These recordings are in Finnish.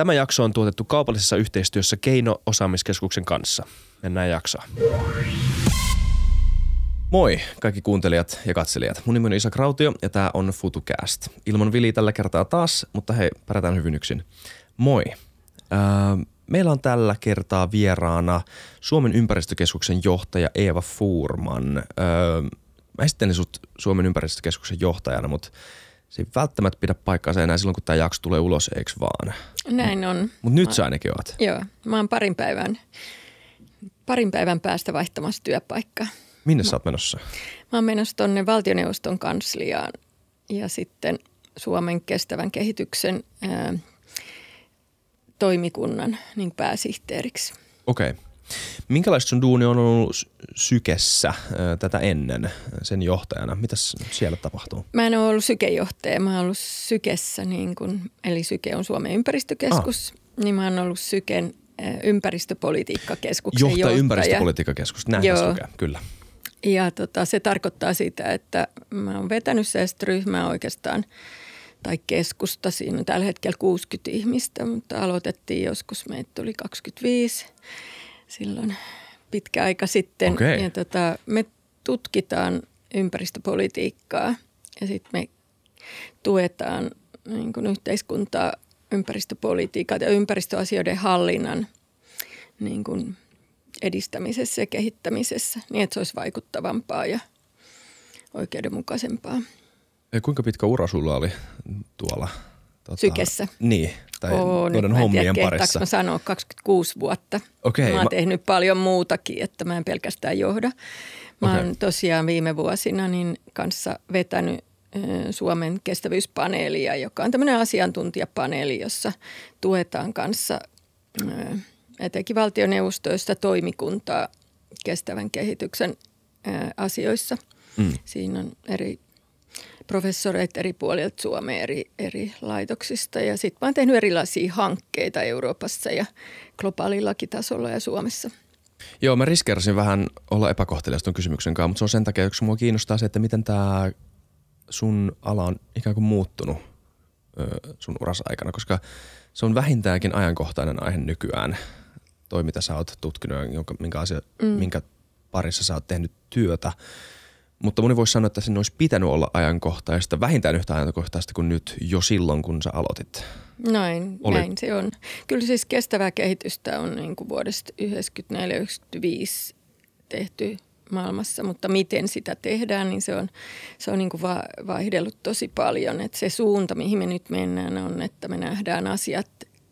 Tämä jakso on tuotettu kaupallisessa yhteistyössä Keino-osaamiskeskuksen kanssa. Mennään jaksoon. Moi kaikki kuuntelijat ja katselijat. Mun nimi on Isak Rautio ja tää on FutuCast. Ilman Vili tällä kertaa taas, mutta hei, pärjätään hyvin yksin. Moi. Meillä on tällä kertaa vieraana Suomen ympäristökeskuksen johtaja Eeva Fuhrman. Mä esittelin sut Suomen ympäristökeskuksen johtajana, mutta se ei välttämättä pidä paikkaansa enää silloin, kun tää jakso tulee ulos, eiks vaan? Näin on. Mutta nyt sä ainakin oot. Joo, mä oon parin päivän päästä vaihtamassa työpaikkaa. Minne sä oot menossa? Mä oon menossa tonne valtioneuvoston kansliaan ja sitten Suomen kestävän kehityksen toimikunnan niin pääsihteeriksi. Okei. Minkälaista sun duuni on ollut Sykessä tätä ennen sen johtajana? Mitäs siellä tapahtuu? Mä en ole ollut Syke-johtaja. Mä oon ollut Sykessä, eli Syke on Suomen ympäristökeskus. Niin mä oon ollut Syken ympäristöpolitiikkakeskuksen johtaja. Ympäristöpolitiikkakeskus, näin Syke, kyllä. Ja se tarkoittaa sitä, että mä oon vetänyt sellaista ryhmää oikeastaan, tai keskusta. Siinä on tällä hetkellä 60 ihmistä, mutta aloitettiin joskus, meitä tuli 25 silloin pitkä aika sitten. Okay. Ja me tutkitaan ympäristöpolitiikkaa ja sitten me tuetaan niin kuin yhteiskuntaa ympäristöpolitiikan ja ympäristöasioiden hallinnan niin kuin edistämisessä ja kehittämisessä niin, että se olisi vaikuttavampaa ja oikeudenmukaisempaa. Ja kuinka pitkä ura sulla oli tuolla? Sykessä? Niin, tai noiden hommien parissa. Mä sanoa 26 vuotta. Okay, mä oon tehnyt paljon muutakin, että mä en pelkästään johda. Mä oon tosiaan viime vuosina kanssa vetänyt Suomen kestävyyspaneelia, joka on tämmöinen asiantuntijapaneeli, jossa tuetaan kanssa etenkin valtioneuvostoista toimikuntaa kestävän kehityksen asioissa. Siinä on eri professoreita eri puolilta Suomea eri laitoksista ja sitten mä oon tehnyt erilaisia hankkeita Euroopassa ja globaalillakin tasolla ja Suomessa. Joo, mä riskeerasin vähän olla epäkohtelias ton kysymyksen kanssa, mutta se on sen takia, koska mua kiinnostaa se, että miten tää sun ala on ikään kuin muuttunut sun urassa aikana, koska se on vähintäänkin ajankohtainen aihe nykyään, toi mitä sä oot tutkinut ja minkä parissa sä oot tehnyt työtä. Mutta moni voisi sanoa, että sen olisi pitänyt olla ajankohtaista, vähintään yhtä ajankohtaista kuin nyt jo silloin, kun sä aloitit. Näin se on. Kyllä siis kestävää kehitystä on niin kuin vuodesta 1994-1995 tehty maailmassa, mutta miten sitä tehdään, niin se on niin kuin vaihdellut tosi paljon. Että se suunta, mihin me nyt mennään, on, että me nähdään asiat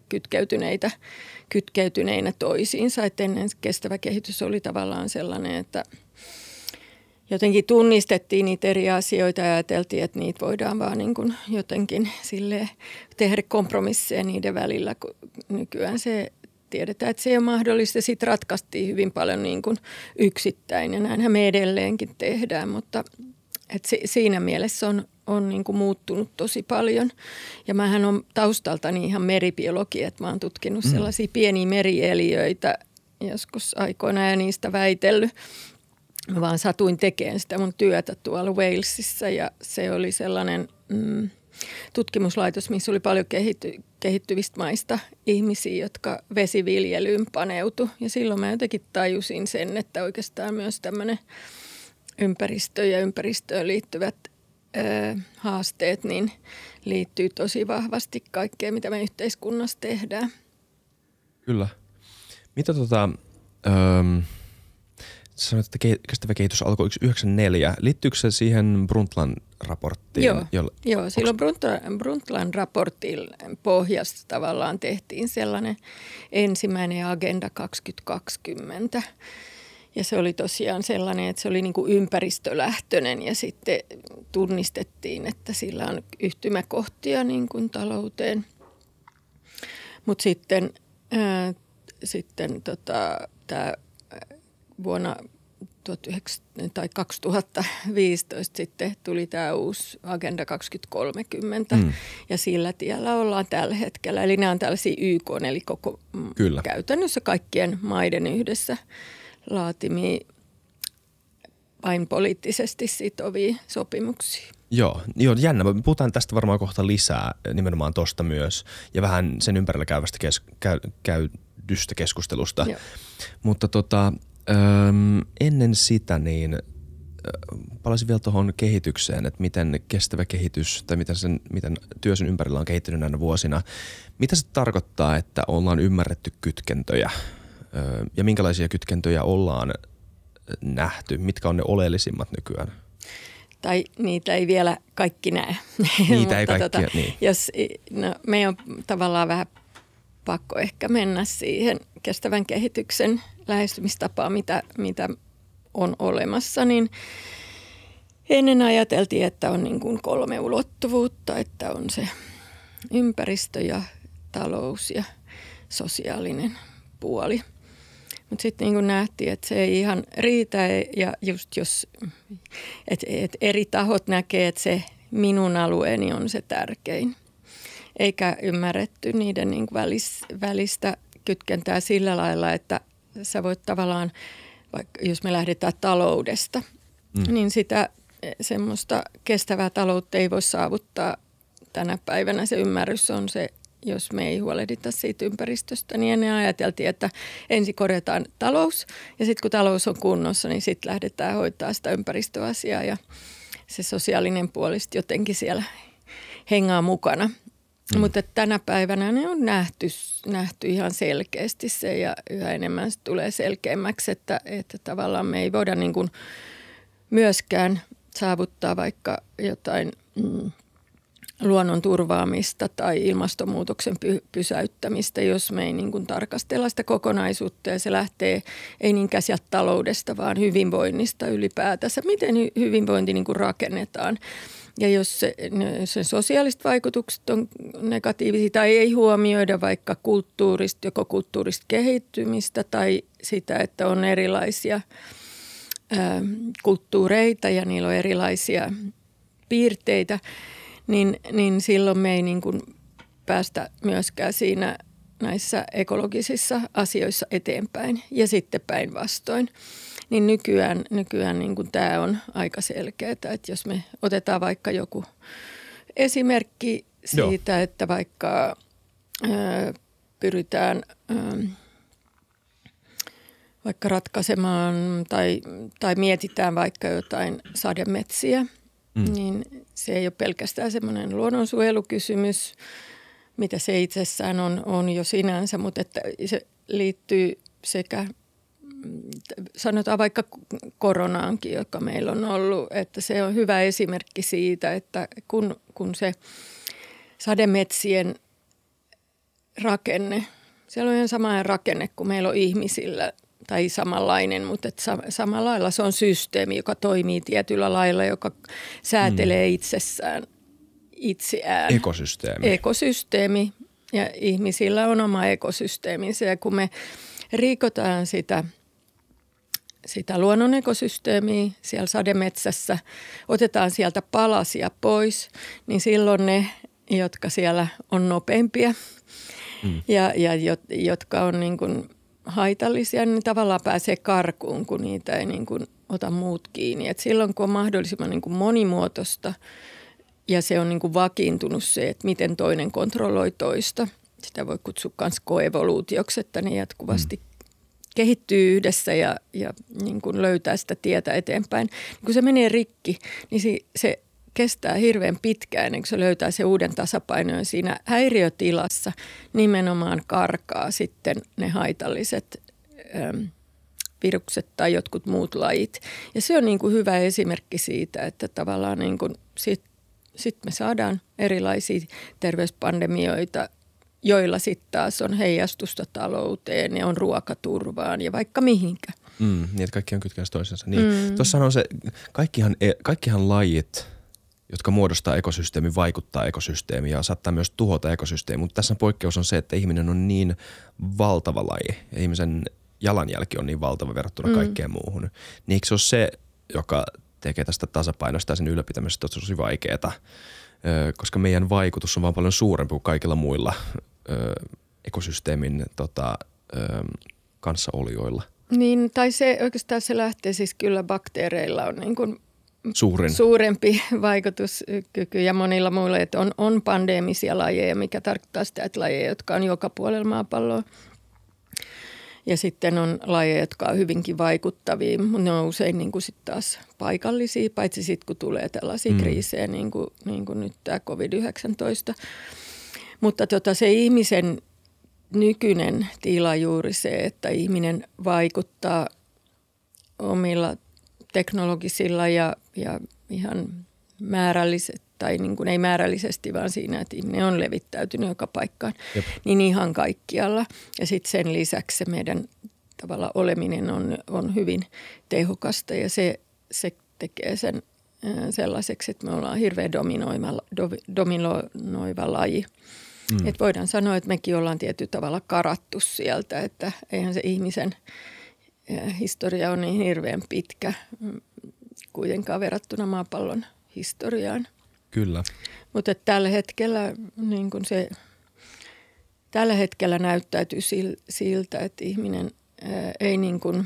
kytkeytyneinä toisiinsa. Että ennen kestävä kehitys oli tavallaan sellainen, että jotenkin tunnistettiin niitä eri asioita ja ajateltiin, että niitä voidaan vaan niin kuin jotenkin tehdä kompromisseja niiden välillä, kun nykyään se tiedetään, että se ei ole mahdollista. Sitten ratkaistiin hyvin paljon niin kuin yksittäin ja näinhän me edelleenkin tehdään, mutta siinä mielessä on niin kuin muuttunut tosi paljon. Ja mähän on taustaltani ihan meribiologi, että mä oon tutkinut sellaisia pieniä merieliöitä joskus aikoina ja niistä väitellyt. Mä vaan satuin tekemään sitä mun työtä tuolla Walesissa ja se oli sellainen tutkimuslaitos, missä oli paljon kehittyvistä maista ihmisiä, jotka vesiviljelyyn paneutu. Ja silloin mä jotenkin tajusin sen, että oikeastaan myös tämmöinen ympäristö ja ympäristöön liittyvät haasteet niin liittyy tosi vahvasti kaikkeen, mitä me yhteiskunnassa tehdään. Kyllä. Mitä sanoit, että kestävä kehitys alkoi 1994. Liittyykö se siihen Brundtland-raporttiin? Joo, silloin Brundtland-raportin pohjasta tavallaan tehtiin sellainen ensimmäinen Agenda 2020. Ja se oli tosiaan sellainen, että se oli niin kuin ympäristölähtöinen ja sitten tunnistettiin, että sillä on yhtymäkohtia niin kuin talouteen. Mutta sitten tämä vuonna 2015 sitten tuli tämä uusi Agenda 2030 ja sillä tiellä ollaan tällä hetkellä. Eli nämä on tällaisia YK, eli koko käytännössä kaikkien maiden yhdessä laatimia vain poliittisesti sitovia sopimuksia. Joo, jännä. Me puhutaan tästä varmaan kohta lisää, nimenomaan tosta myös, ja vähän sen ympärillä käydystä keskustelusta. Joo. Mutta ennen sitä niin palasin vielä tuohon kehitykseen, että miten kestävä kehitys tai miten työ sen ympärillä on kehittynyt näinä vuosina. Mitä se tarkoittaa, että ollaan ymmärretty kytkentöjä ja minkälaisia kytkentöjä ollaan nähty? Mitkä on ne oleellisimmat nykyään? Tai niitä ei vielä kaikki näe. Niitä ei kaikkia, niin. Meidän on tavallaan vähän pakko ehkä mennä siihen kestävän kehityksen lähestymistapaan, mitä on olemassa, niin ennen ajateltiin, että on niin kuin 3 ulottuvuutta, että on se ympäristö ja talous ja sosiaalinen puoli. Mutta sitten niin kuin nähtiin, että se ei ihan riitä ja just jos et eri tahot näkee, että se minun alueeni on se tärkein. Eikä ymmärretty niiden niin kuin välistä kytkentää sillä lailla, että sä voit tavallaan, vaikka jos me lähdetään taloudesta, niin sitä semmoista kestävää taloutta ei voi saavuttaa tänä päivänä. Se ymmärrys on se, jos me ei huolehdita siitä ympäristöstä, niin ennen ajateltiin, että ensin korjataan talous ja sitten kun talous on kunnossa, niin sitten lähdetään hoitaa sitä ympäristöasiaa ja se sosiaalinen puoli jotenkin siellä hengaa mukana. Mutta tänä päivänä ne on nähty ihan selkeästi se ja yhä enemmän se tulee selkeämmäksi, että tavallaan me ei voida niin kuin myöskään saavuttaa vaikka jotain luonnon turvaamista tai ilmastonmuutoksen pysäyttämistä, jos me ei niin kuin tarkastella sitä kokonaisuutta ja se lähtee ei niinkään sieltä taloudesta, vaan hyvinvoinnista ylipäätänsä. Miten hyvinvointi niin kuin rakennetaan? Ja jos sen sosiaaliset vaikutukset on negatiivisia tai ei huomioida vaikka joko kulttuurista kehittymistä tai sitä, että on erilaisia kulttuureita ja niillä on erilaisia piirteitä, niin silloin me ei niin kuin päästä myöskään siinä näissä ekologisissa asioissa eteenpäin ja sitten päinvastoin. Niin nykyään niin kuin tämä on aika selkeää, että jos me otetaan vaikka joku esimerkki siitä, Joo. että vaikka pyritään vaikka ratkaisemaan tai mietitään vaikka jotain sademetsiä, niin se ei ole pelkästään semmoinen luonnonsuojelukysymys, mitä se itsessään on jo sinänsä, mutta että se liittyy sekä sanotaan vaikka koronaankin, joka meillä on ollut, että se on hyvä esimerkki siitä, että kun se sademetsien rakenne, siellä on ihan samanlainen rakenne kuin meillä on ihmisillä, tai samanlainen, mutta samalla lailla se on systeemi, joka toimii tietyllä lailla, joka säätelee itseään. Ekosysteemi. Ja ihmisillä on oma ekosysteeminsä. Ja kun me rikotaan sitä luonnon ekosysteemiä siellä sademetsässä, otetaan sieltä palasia pois, niin silloin ne, jotka siellä on nopeimpia ja jotka on niin kuin haitallisia, niin tavallaan pääsee karkuun, kun niitä ei niin kuin ota muut kiinni. Et silloin kun on mahdollisimman niin kuin monimuotoista ja se on niin kuin vakiintunut se, että miten toinen kontrolloi toista. Sitä voi kutsua myös koevoluutioksi, että ne jatkuvasti kehittyy yhdessä ja niin kuin löytää sitä tietä eteenpäin. Kun se menee rikki, niin se kestää hirveän pitkään, ennen kuin se löytää se uuden tasapainon. Siinä häiriötilassa nimenomaan karkaa sitten ne haitalliset virukset tai jotkut muut lajit. Ja se on niin kuin hyvä esimerkki siitä, että tavallaan niin kuin sit me saadaan erilaisia terveyspandemioita, joilla sitten taas on heijastusta talouteen ja on ruokaturvaan ja vaikka mihinkä. Niin, että kaikki on kytkässä toisensa. Niin, tuossa on se, kaikkihan lajit, jotka muodostaa ekosysteemi, vaikuttaa ekosysteemiin ja saattaa myös tuhota ekosysteemiä. Mutta tässä poikkeus on se, että ihminen on niin valtava laji ja ihmisen jalanjälki on niin valtava verrattuna kaikkeen muuhun. Niin eikö se ole se, joka tekee tästä tasapainosta ja sen ylläpitämisestä tosi vaikeaa, koska meidän vaikutus on vaan paljon suurempi kuin kaikilla muilla ekosysteemin kanssaolijoilla. Niin, tai se oikeastaan se lähtee siis kyllä bakteereilla on niin kuin suurempi vaikutuskyky ja monilla muilla, että on pandeemisia lajeja, mikä tarkoittaa sitä, että lajeja, jotka on joka puolella maapalloa. Ja sitten on lajeja, jotka on hyvinkin vaikuttavia, mutta ne on usein niin kuin sitten taas paikallisia, paitsi sitten kun tulee tällaisia kriisejä, niin kuin nyt tämä COVID-19. Mutta se ihmisen nykyinen tila juuri se, että ihminen vaikuttaa omilla teknologisilla ja ihan määrällisesti, tai niin kuin ei määrällisesti, vaan siinä, että ihminen on levittäytynyt joka paikkaan, niin ihan kaikkialla. Ja sitten sen lisäksi se meidän tavalla oleminen on hyvin tehokasta ja se tekee sen sellaiseksi, että me ollaan hirveän dominoiva laji. Et voidaan sanoa, että mekin ollaan tietyllä tavalla karattu sieltä, että eihän se ihmisen historia on niin hirveän pitkä kuitenkaan verrattuna maapallon historiaan. Kyllä. Mutta tällä hetkellä, niin kun tällä hetkellä näyttäytyy siltä, että ihminen ei niin kuin,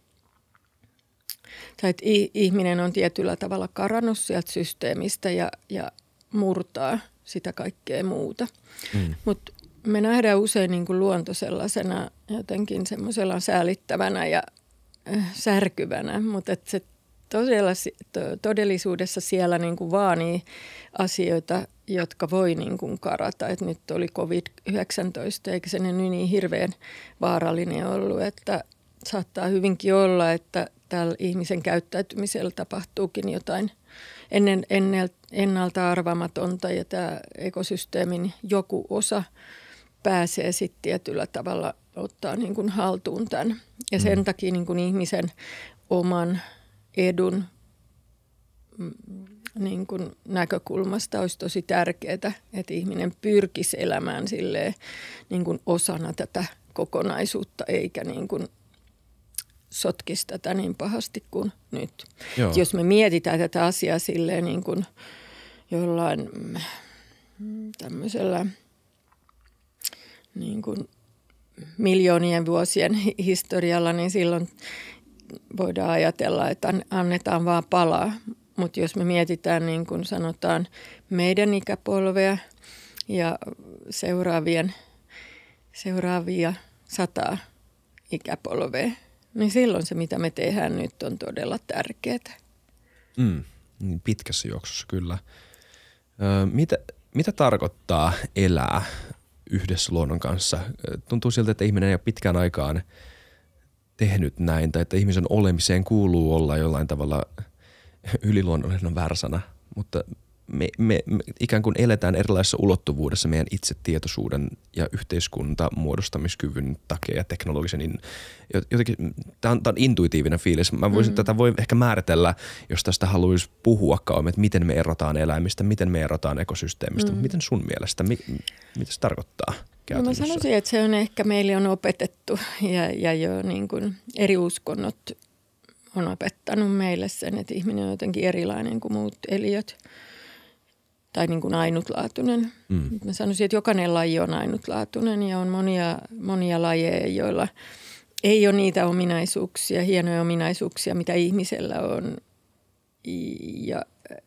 tai että ihminen on tietyllä tavalla karannut sieltä systeemistä ja murtaa sitä kaikkea muuta. Mutta me nähdään usein niin kuin luonto sellaisena jotenkin semmoisella säälittävänä ja särkyvänä, mutta että se todellisuudessa siellä niin kuin vaanii asioita, jotka voi niin kuin karata. Et nyt oli COVID-19, eikä se niin hirveän vaarallinen ollut, että saattaa hyvinkin olla, että tällä ihmisen käyttäytymisellä tapahtuukin jotain ennalta arvaamatonta ja tämä ekosysteemin joku osa pääsee sitten tietyllä tavalla ottaa niin kuin haltuun tämän. Ja sen takia niin kuin ihmisen oman edun niin kuin näkökulmasta olisi tosi tärkeää, että ihminen pyrkisi elämään silleen, niin kuin osana tätä kokonaisuutta eikä niin kuin sotkisi tätä niin pahasti kuin nyt. Jos me mietitään tätä asiaa silleen niin kuin jollain tämmöisellä niin kuin miljoonien vuosien historialla, niin silloin voidaan ajatella, että annetaan vaan palaa. Mutta jos me mietitään niin kuin sanotaan meidän ikäpolvea ja seuraavia 100 ikäpolvea, niin silloin se, mitä me tehdään nyt, on todella tärkeää. Niin pitkässä juoksussa kyllä. Mitä tarkoittaa elää yhdessä luonnon kanssa? Tuntuu siltä, että ihminen ei ole pitkään aikaan tehnyt näin, tai että ihmisen olemiseen kuuluu olla jollain tavalla yliluonnollinen on väärä sana, mutta me ikään kuin eletään erilaisessa ulottuvuudessa meidän itsetietoisuuden ja yhteiskuntamuodostamiskyvyn takia ja teknologisen, jotenkin, tämä on intuitiivinen fiilis. Mä voisin tätä voi ehkä määritellä, jos tästä haluaisi puhua kauemmin, että miten me erotaan eläimistä, miten me erotaan ekosysteemistä, miten sun mielestä, mitä se tarkoittaa käytännössä? No mä sanoisin, että se on ehkä meille on opetettu ja jo niin kuin eri uskonnot on opettanut meille sen, että ihminen on jotenkin erilainen kuin muut eliöt. Tai niin kuin ainutlaatuinen. Mä sanoisin, että jokainen laji on ainutlaatuinen ja on monia lajeja, joilla ei ole niitä ominaisuuksia, hienoja ominaisuuksia, mitä ihmisellä on. Ja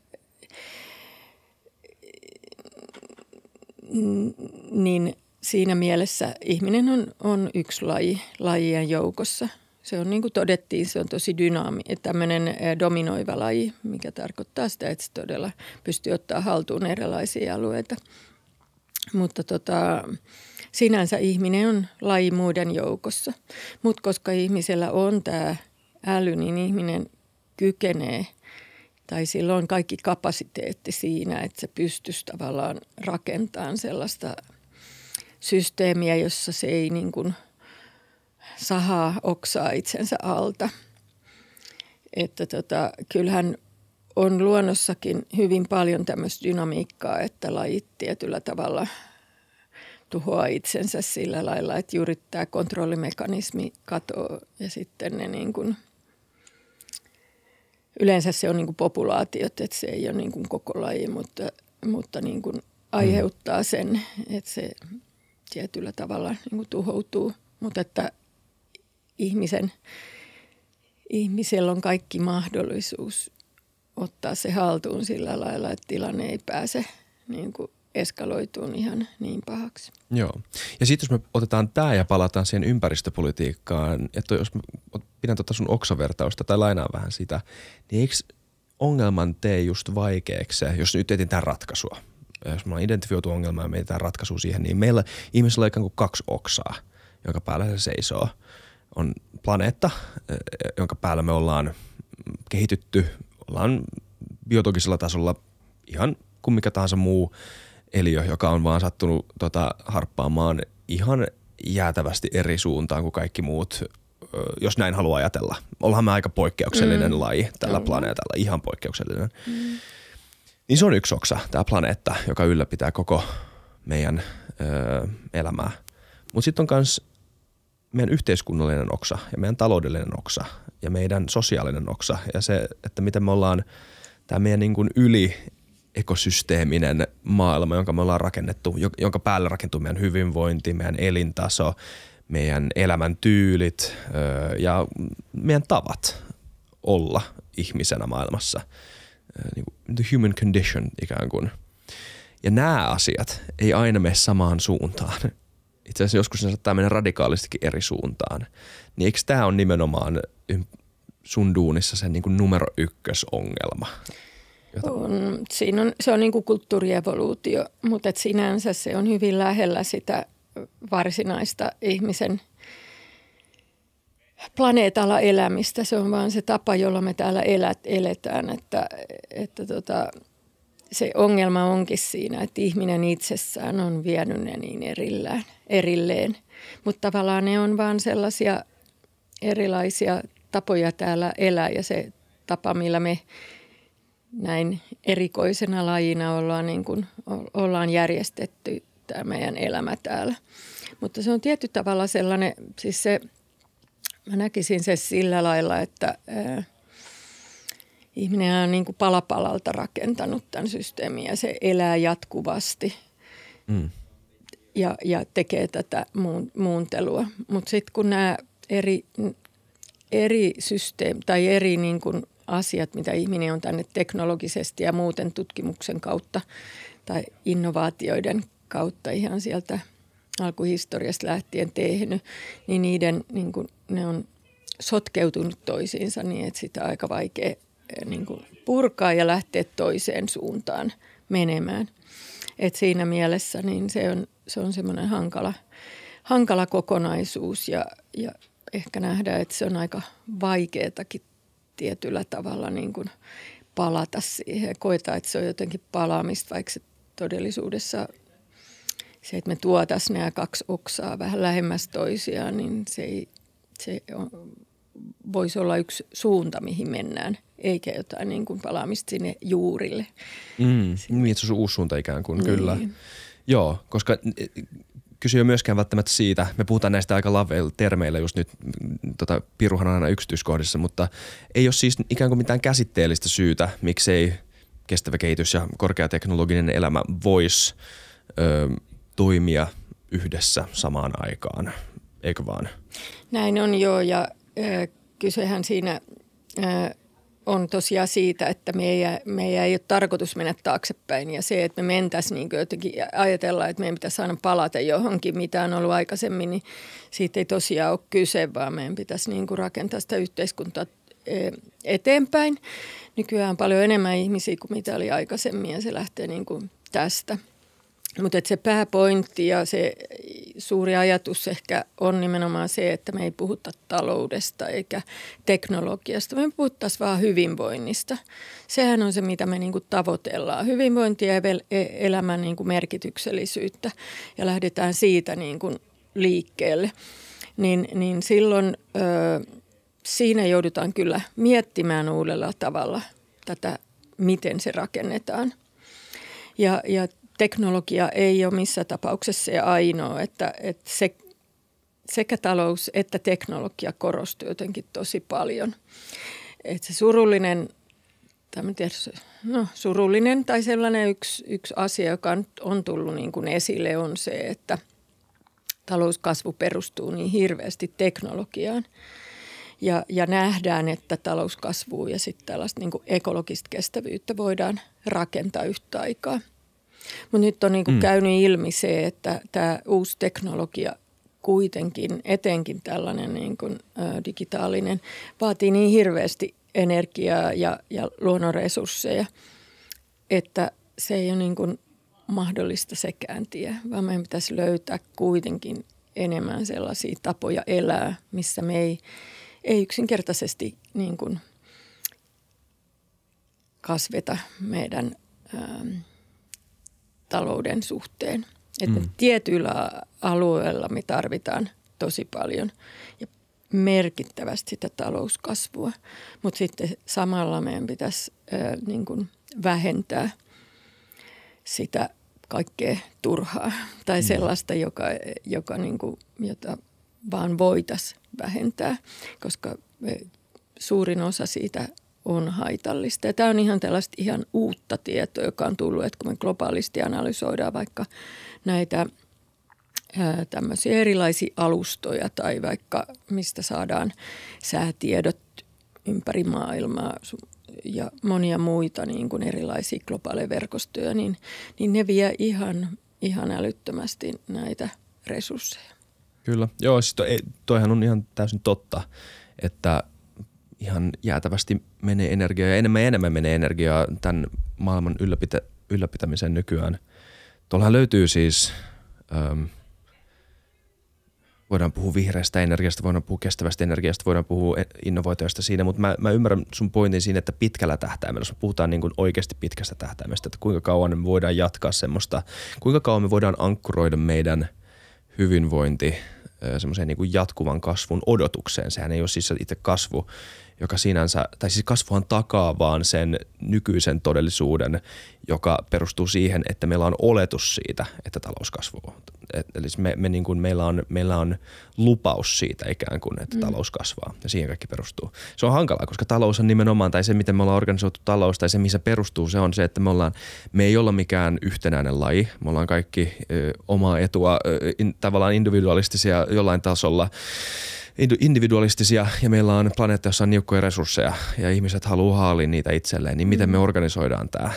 niin siinä mielessä ihminen on yksi lajien joukossa. Se on niin kuin todettiin, se on tosi tämmöinen dominoiva laji, mikä tarkoittaa sitä, että se todella pystyy ottaa haltuun erilaisia alueita. Mutta sinänsä ihminen on laji muiden joukossa. Mutta koska ihmisellä on tämä äly, niin ihminen kykenee, tai sillä on kaikki kapasiteetti siinä, että se pystyisi tavallaan rakentamaan sellaista systeemiä, jossa se ei niin kuin sahaa oksaa itsensä alta. Että kyllähän on luonnossakin hyvin paljon tämmöistä dynamiikkaa, että lajit tietyllä tavalla tuhoaa itsensä sillä lailla, että juuri tämä kontrollimekanismi katoaa ja sitten ne niin kuin, yleensä se on niin kuin populaatiot, että se ei ole niin kuin koko laji, mutta niin kuin aiheuttaa sen, että se tietyllä tavalla niin kuin tuhoutuu, mutta että ihmisellä on kaikki mahdollisuus ottaa se haltuun sillä lailla, että tilanne ei pääse niin kuin eskaloituun ihan niin pahaksi. Joo. Ja sitten jos me otetaan tämä ja palataan siihen ympäristöpolitiikkaan, että jos mä pidän sun oksavertausta tai lainaan vähän sitä, niin eikö ongelman tee just vaikeaksi se, jos nyt etsitään ratkaisua? Jos me ollaan identifioitu ongelmaa ja me etsitään ratkaisua siihen, niin meillä ihmisillä on ikään kuin 2 oksaa, jonka päällä se seisoo. On planeetta, jonka päällä me ollaan kehitytty, ollaan biologisella tasolla ihan kuin mikä tahansa muu eliö, joka on vaan sattunut harppaamaan ihan jäätävästi eri suuntaan kuin kaikki muut, jos näin haluaa ajatella. Ollaan me aika poikkeuksellinen laji tällä planeetalla, ihan poikkeuksellinen. Niin se on yksi oksa, tämä planeetta, joka ylläpitää koko meidän elämää. Mutta sitten on myös meidän yhteiskunnallinen oksa ja meidän taloudellinen oksa ja meidän sosiaalinen oksa ja se, että miten me ollaan tämä meidän niin kuin ekosysteeminen maailma, jonka me ollaan rakennettu, jonka päälle rakentuu meidän hyvinvointi, meidän elintaso, meidän elämäntyylit ja meidän tavat olla ihmisenä maailmassa. The human condition ikään kuin. Ja nämä asiat ei aina mene samaan suuntaan. Itse asiassa joskus ne saattaa mennä radikaalistikin eri suuntaan. Niin eikö tämä ole nimenomaan sun duunissa se niin kuin numero 1 ongelma? Se on niin kuin kulttuurievoluutio, mutta sinänsä se on hyvin lähellä sitä varsinaista ihmisen planeetalla elämistä. Se on vaan se tapa, jolla me täällä eletään, että se ongelma onkin siinä, että ihminen itsessään on vienyt ne niin erilleen. Mutta tavallaan ne on vaan sellaisia erilaisia tapoja täällä elää ja se tapa, millä me näin erikoisena lajina ollaan järjestetty tämä meidän elämä täällä. Mutta se on tietty tavalla sellainen, siis mä näkisin se sillä lailla, että ihminen on niin kuin pala palalta rakentanut tämän systeemin ja se elää jatkuvasti ja tekee tätä muuntelua. Mutta sitten kun nämä eri systeemit tai eri niin kuin asiat, mitä ihminen on tänne teknologisesti ja muuten tutkimuksen kautta tai innovaatioiden kautta ihan sieltä alkuhistoriasta lähtien tehnyt, niin niiden niin kuin, ne on sotkeutunut toisiinsa niin, että sitä on aika vaikea niin kuin purkaa ja lähteä toiseen suuntaan menemään. Et siinä mielessä niin se on semmoinen hankala kokonaisuus ja ehkä nähdään, että se on aika vaikeatakin tietyllä tavalla niin kuin palata siihen. Koetaan, että se on jotenkin palaamista, vaikka se todellisuudessa se, että me tuotaisiin nämä 2 oksaa vähän lähemmäs toisiaan, niin voisi olla yksi suunta, mihin mennään, eikä jotain niin kuin palaamista sinne juurille. Niin, se on uusi suunta ikään kuin, niin. Kyllä. Joo, koska kyse ei ole myöskään välttämättä siitä, me puhutaan näistä aika laveilla termeillä just nyt, piruhan on aina yksityiskohdissa, mutta ei ole siis ikään kuin mitään käsitteellistä syytä, miksei kestävä kehitys ja korkeateknologinen elämä voisi toimia yhdessä samaan aikaan, eikö vaan? Näin on joo, ja kysehän siinä on tosiaan siitä, että meidän ei ole tarkoitus mennä taaksepäin ja se, että me mentäisiin niin jotenkin ajatellaan, että meidän pitäisi aina palata johonkin, mitä on ollut aikaisemmin, niin siitä ei tosiaan ole kyse, vaan meidän pitäisi niin kuin rakentaa sitä yhteiskuntaa eteenpäin. Nykyään on paljon enemmän ihmisiä kuin mitä oli aikaisemmin ja se lähtee niin kuin tästä. Mutta se pääpointti ja se suuri ajatus ehkä on nimenomaan se, että me ei puhuta taloudesta eikä teknologiasta. Me puhuttaisiin vaan hyvinvoinnista. Sehän on se, mitä me niinku tavoitellaan. Hyvinvointia ja elämän niinku merkityksellisyyttä ja lähdetään siitä niinku liikkeelle. Niin silloin siinä joudutaan kyllä miettimään uudella tavalla tätä, miten se rakennetaan. Ja teknologia ei ole missään tapauksessa se ainoa, että sekä talous että teknologia korostuu jotenkin tosi paljon. Että se surullinen tai sellainen yksi asia, joka on tullut niin kuin esille, on se, että talouskasvu perustuu niin hirveästi teknologiaan. ja nähdään, että talouskasvua ja sitten tällaista niin kuin ekologista kestävyyttä voidaan rakentaa yhtä aikaa. Mutta nyt on niin kuin käynyt ilmi se, että tämä uusi teknologia kuitenkin, etenkin tällainen niin kuin, digitaalinen, vaatii niin hirveästi energiaa ja luonnonresursseja, että se ei ole niin kuin mahdollista sekään tie, vaan meidän pitäisi löytää kuitenkin enemmän sellaisia tapoja elää, missä me ei yksinkertaisesti niin kuin kasveta meidän talouden suhteen. Että tietyillä alueilla me tarvitaan tosi paljon ja merkittävästi sitä talouskasvua, mutta sitten samalla meidän pitäisi niin kuin vähentää sitä kaikkea turhaa tai sellaista, joka niin kuin, jota vaan voitaisiin vähentää, koska suurin osa siitä on haitallista. Ja tämä on ihan tällaista ihan uutta tietoa, joka on tullut, että kun me globaalisti analysoidaan vaikka näitä tämmöisiä erilaisia alustoja tai vaikka mistä saadaan säätiedot ympäri maailmaa ja monia muita niin kuin erilaisia globaaleja verkostoja, niin ne vie ihan älyttömästi näitä resursseja. Kyllä. Joo, siis toihan on ihan täysin totta, että ihan jäätävästi menee energiaa ja enemmän menee energiaa tämän maailman ylläpitämiseen nykyään. Tuollahan löytyy siis, voidaan puhua vihreästä energiasta, voidaan puhua kestävästä energiasta, voidaan puhua innovaatioista siinä, mutta mä ymmärrän sun pointin siinä, että pitkällä tähtäimellä, jos me puhutaan niin kuin oikeasti pitkästä tähtäimestä, että kuinka kauan me voidaan jatkaa semmoista, kuinka kauan me voidaan ankkuroida meidän hyvinvointi semmoiseen niin kuin jatkuvan kasvun odotukseen. Sehän ei ole siis itse kasvu, joka sinänsä, tai siis kasvuhan takaa vaan sen nykyisen todellisuuden, joka perustuu siihen, että meillä on oletus siitä, että talous kasvaa. Eli meillä on lupaus siitä ikään kuin, että talous kasvaa ja siihen kaikki perustuu. Se on hankalaa, koska talous on nimenomaan, tai se miten me ollaan organisoitu talous, tai se missä perustuu, se on se, että me ei olla mikään yhtenäinen laji. Me ollaan kaikki omaa etua, tavallaan individualistisia jollain tasolla, individualistisia ja meillä on planeetta, jossa on niukkoja resursseja ja ihmiset haluaa haalia niitä itselleen, niin miten me organisoidaan tämä?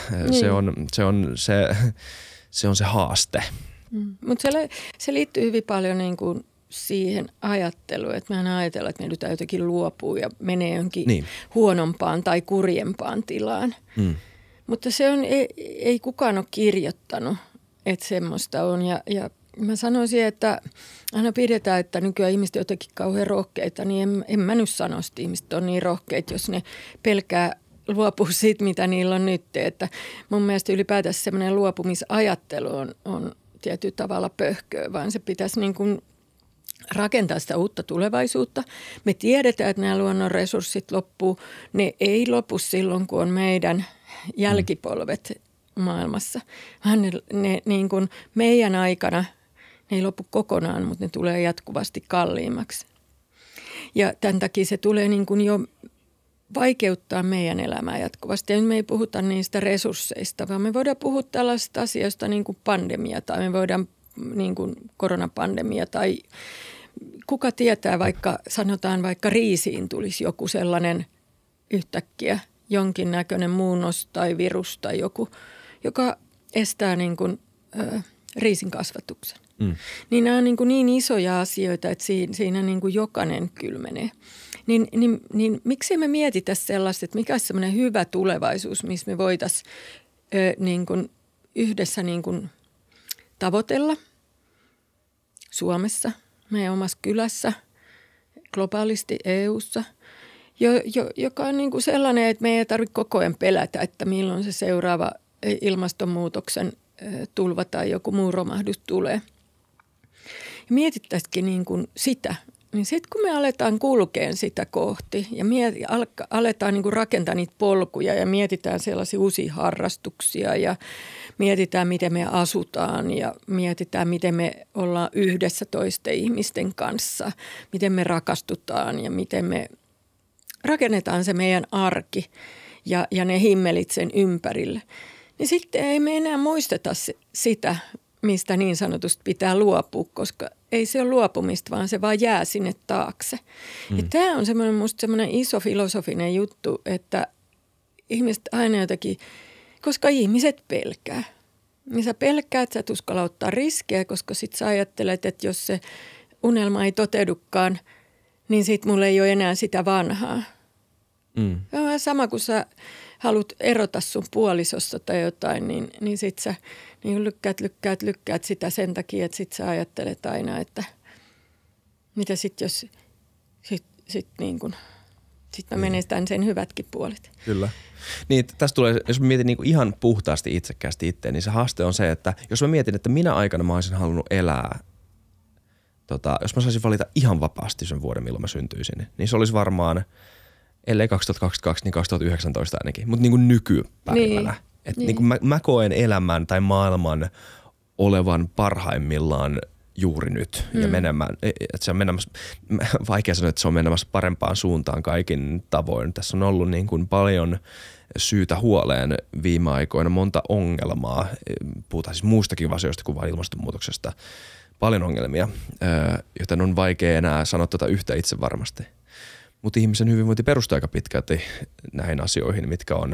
Se on se haaste. Mutta se liittyy hyvin paljon niin kuin siihen ajatteluun, että mehän ajatellaan, että me nyt jotenkin luopuu ja menee jonkin huonompaan tai kurjempaan tilaan. Mutta se on, ei kukaan ole kirjoittanut, että semmoista on ja mä sanoisin, että aina pidetään, että nykyään ihmiset on jotenkin kauhean rohkeita, niin en mä nyt sano, että ihmiset on niin rohkeita, jos ne pelkää luopua siitä, mitä niillä on nyt. Että mun mielestä ylipäätänsä semmoinen luopumisajattelu on tietyllä tavalla pöhköä, vaan se pitäisi niin kuin rakentaa sitä uutta tulevaisuutta. Me tiedetään, että nämä luonnon resurssit loppuu. Ne ei lopu silloin, kun on meidän jälkipolvet maailmassa. Vaan ne niin kuin meidän aikana ne ei lopu kokonaan, mutta ne tulee jatkuvasti kalliimmaksi. Ja tämän takia se tulee niin kuin jo vaikeuttaa meidän elämää jatkuvasti. Ja nyt me ei puhuta niistä resursseista, vaan me voidaan puhua tällaisista asioista niin kuin pandemia tai me voidaan niin kuin koronapandemia tai kuka tietää, sanotaan vaikka riisiin tulisi joku sellainen yhtäkkiä jonkinnäköinen muunnos tai virus tai joku, joka estää niin kuin, riisin kasvatuksen. Niin nämä on niin isoja asioita, että siinä niin kuin jokainen kylmenee. Niin miksi me mietitä sellaista, että mikä olisi sellainen hyvä tulevaisuus, missä me voitaisiin niin kuin yhdessä niin kuin tavoitella Suomessa, meidän omassa kylässä, globaalisti EU:ssa, joka on niin kuin sellainen, että me ei tarvitse koko ajan pelätä, että milloin se seuraava ilmastonmuutoksen tulva tai joku muu romahdus tulee. Mietittäisikin niin kuin sitä, niin sitten kun me aletaan kulkeen sitä kohti ja aletaan niin kuin rakentaa niitä polkuja ja mietitään sellaisia uusia harrastuksia ja mietitään, miten me asutaan ja mietitään, miten me ollaan yhdessä toisten ihmisten kanssa, miten me rakastutaan ja miten me rakennetaan se meidän arki ja ne himmelit sen ympärille. Niin sitten ei me enää muisteta sitä, mistä niin sanotusti pitää luopua, koska ei se ole luopumista, vaan se vaan jää sinne taakse. Ja tämä on musta semmoinen iso filosofinen juttu, että ihmiset aina jotenkin, koska ihmiset pelkää. Niin sä pelkäät, sä et uskalla ottaa riskejä, koska sit sä ajattelet, että jos se unelma ei toteudukaan, niin sit mulla ei ole enää sitä vanhaa. Se on vähän sama, kun sä haluat erota sun puolisosta tai jotain, niin sit sä niin lykkäät sitä sen takia, että sit sä ajattelet aina, että mitä sit jos sit mä menestän sen hyvätkin puolet. Kyllä. Niin, tästä tulee, jos mä mietin niin kuin ihan puhtaasti itsekkäästi itteen, niin se haaste on se, että jos mä mietin, että minä aikana mä olisin halunnut elää, jos mä saisin valita ihan vapaasti sen vuoden, milloin mä syntyisin, niin se olisi varmaan, ellei 2022, niin 2019 ainakin, mutta niin kuin nykypäivänä. Niin. Että niin kuin mä koen elämän tai maailman olevan parhaimmillaan juuri nyt ja menemään, että se on menemässä, vaikea sanoa, että se on menemässä parempaan suuntaan kaikin tavoin. Tässä on ollut niin kuin paljon syytä huoleen viime aikoina, monta ongelmaa, puhutaan siis muustakin asioista kuin vain ilmastonmuutoksesta, paljon ongelmia, joten on vaikea enää sanoa tätä yhtä itse varmasti. Mutta ihmisen hyvinvointi perustuu aika pitkälti näihin asioihin, mitkä on,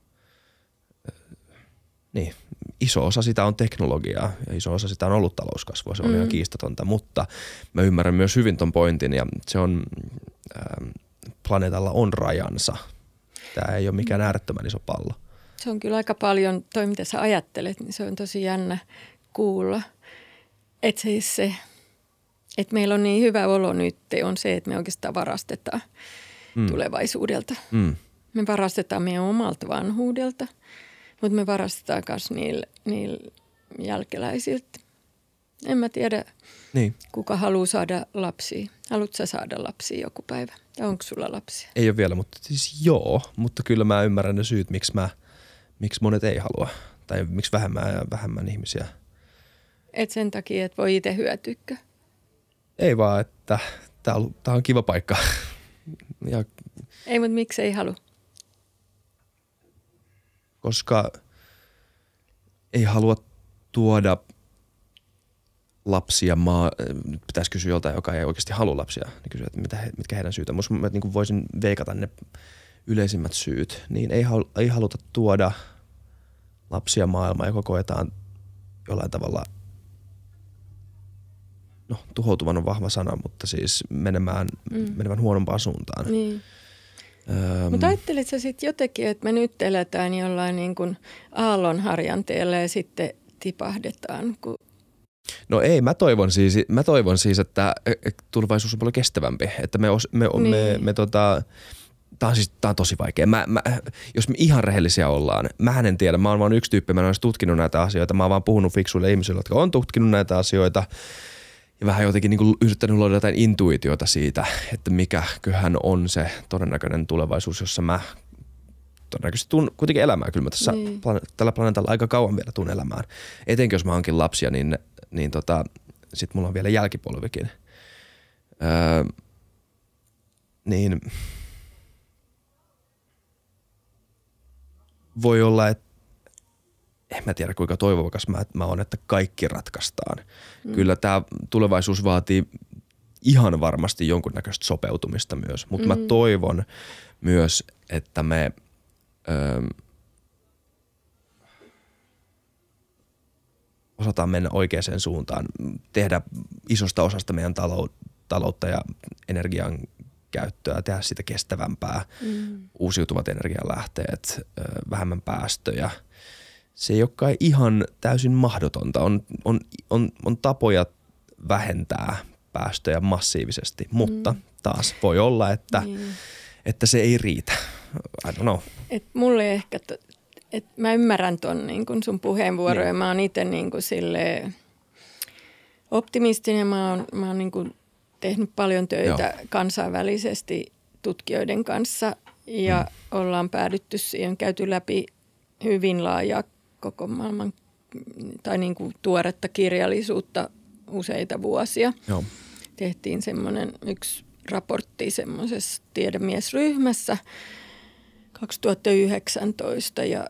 niin, iso osa sitä on teknologiaa ja iso osa sitä on ollut talouskasvua, se on ihan kiistatonta, mutta mä ymmärrän myös hyvin ton pointin ja se on, planeetalla on rajansa. Tämä ei ole mikään äärettömän iso pallo. Se on kyllä aika paljon, toi mitä sä ajattelet, niin se on tosi jännä kuulla. Että siis se, että meillä on niin hyvä olo nyt, on se, että me oikeastaan varastetaan tulevaisuudelta. Me varastetaan meidän omalta vanhuudelta, mutta me varastetaan myös niillä jälkeläisiltä. En mä tiedä, kuka haluaa saada lapsia. Haluatko sä saada lapsia joku päivä? Tai onko sulla lapsia? Ei ole vielä, mutta siis joo. Mutta kyllä mä ymmärrän ne syyt, miksi monet ei halua. Tai miksi vähemmän ihmisiä. Et sen takia, että voi itse hyötyykö? Ei vaan, että tää on kiva paikka. Ja, ei, mutta miksi ei halua? Koska ei halua tuoda lapsia nyt pitäisi kysyä joltain, joka ei oikeasti halua lapsia, niin kysyä, että mitkä heidän syytä. Musta mä niin voisin veikata ne yleisimmät syyt. Niin ei haluta tuoda lapsia maailmaan, joka koetaan jollain tavalla, tuhoutuvan on vahva sana, mutta siis menevän huonompaan suuntaan. Niin. Mutta ajattelit sä sitten jotenkin, että me nyt eletään jollain niin kuin aallonharjanteella ja sitten tipahdetaan? No ei, mä toivon siis, että tulevaisuus on paljon kestävämpi. Että tää on tosi vaikea. Jos me ihan rehellisiä ollaan, mähän en tiedä, mä oon vaan yksi tyyppi, mä en olisi tutkinut näitä asioita. Mä oon vaan puhunut fiksuille ihmisille, jotka on tutkinut näitä asioita. Ja vähän jotenkin niin kuin yrittänyt luoda jotain intuitiota siitä, että mikäköhän on se todennäköinen tulevaisuus, jossa mä todennäköisesti tuun kuitenkin elämään. Kyllä mä tässä tällä planeetalla aika kauan vielä tuun elämään. Etenkin jos mä hankin lapsia, niin sit mulla on vielä jälkipolvikin. Niin voi olla, että en mä tiedä kuinka toivokas mä oon, että kaikki ratkaistaan. Kyllä tämä tulevaisuus vaatii ihan varmasti jonkunnäköistä sopeutumista myös, mutta mä toivon myös, että me osataan mennä oikeaan suuntaan, tehdä isosta osasta meidän taloutta ja energian käyttöä, tehdä sitä kestävämpää, uusiutuvat energianlähteet, vähemmän päästöjä. Se ei olekaan ihan täysin mahdotonta. On tapoja vähentää päästöjä massiivisesti, mutta taas voi olla, että se ei riitä. I don't know. Et mulle ehkä, mä ymmärrän ton niin kun sun puheenvuoroja. Niin. Mä oon itse niin kun silleen optimistinen. Mä oon niin kun tehnyt paljon töitä kansainvälisesti tutkijoiden kanssa ja ollaan päädytty siihen, käyty läpi hyvin laajaa koko maailman tai niin kuin tuoretta kirjallisuutta useita vuosia. Joo. Tehtiin semmoinen yksi raportti semmoisessa tiedemiesryhmässä 2019 ja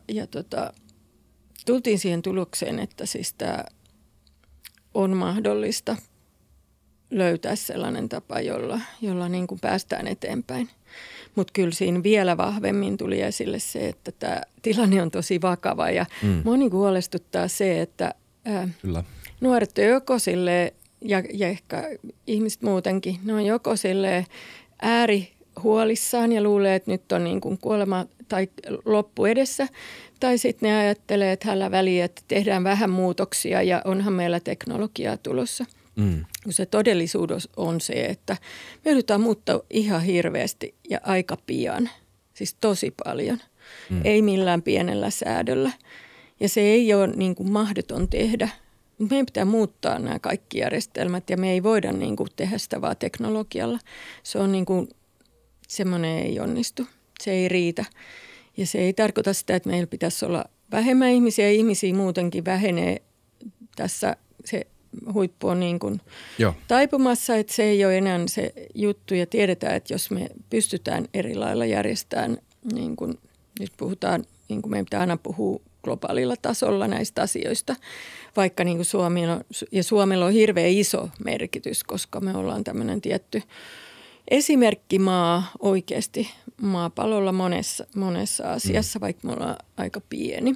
tultiin siihen tulokseen, että siis tämä on mahdollista löytää sellainen tapa, jolla niin kuin päästään eteenpäin. Mutta kyllä siinä vielä vahvemmin tuli esille se, että tämä tilanne on tosi vakava ja mua niin kuin huolestuttaa se, että nuoret on joko silleen, ja ehkä ihmiset muutenkin, ne on joko silleen äärihuolissaan ja luulee, että nyt on niin kuin kuolema tai loppu edessä, tai sitten ne ajattelee, että hällä väliä, että tehdään vähän muutoksia ja onhan meillä teknologiaa tulossa. Kun se todellisuus on se, että me joudutaan muuttaa ihan hirveästi ja aika pian, siis tosi paljon, ei millään pienellä säädöllä. Ja se ei ole niin kuin mahdoton tehdä. Meidän pitää muuttaa nämä kaikki järjestelmät ja me ei voida niin kuin tehdä sitä vaan teknologialla. Se on niin kuin, semmoinen ei onnistu, se ei riitä. Ja se ei tarkoita sitä, että meillä pitäisi olla vähemmän ihmisiä. Ihmisiä muutenkin vähenee tässä, se huippu on niin kuin taipumassa, että se ei ole enää se juttu. Ja tiedetään, että jos me pystytään eri lailla järjestämään, niin kuin nyt puhutaan, niin kuin meidän pitää aina puhua globaalilla tasolla näistä asioista, vaikka niin kuin Suomella on hirveän iso merkitys, koska me ollaan tämmöinen tietty esimerkkimaa oikeasti maapallolla monessa asiassa, vaikka me ollaan aika pieni.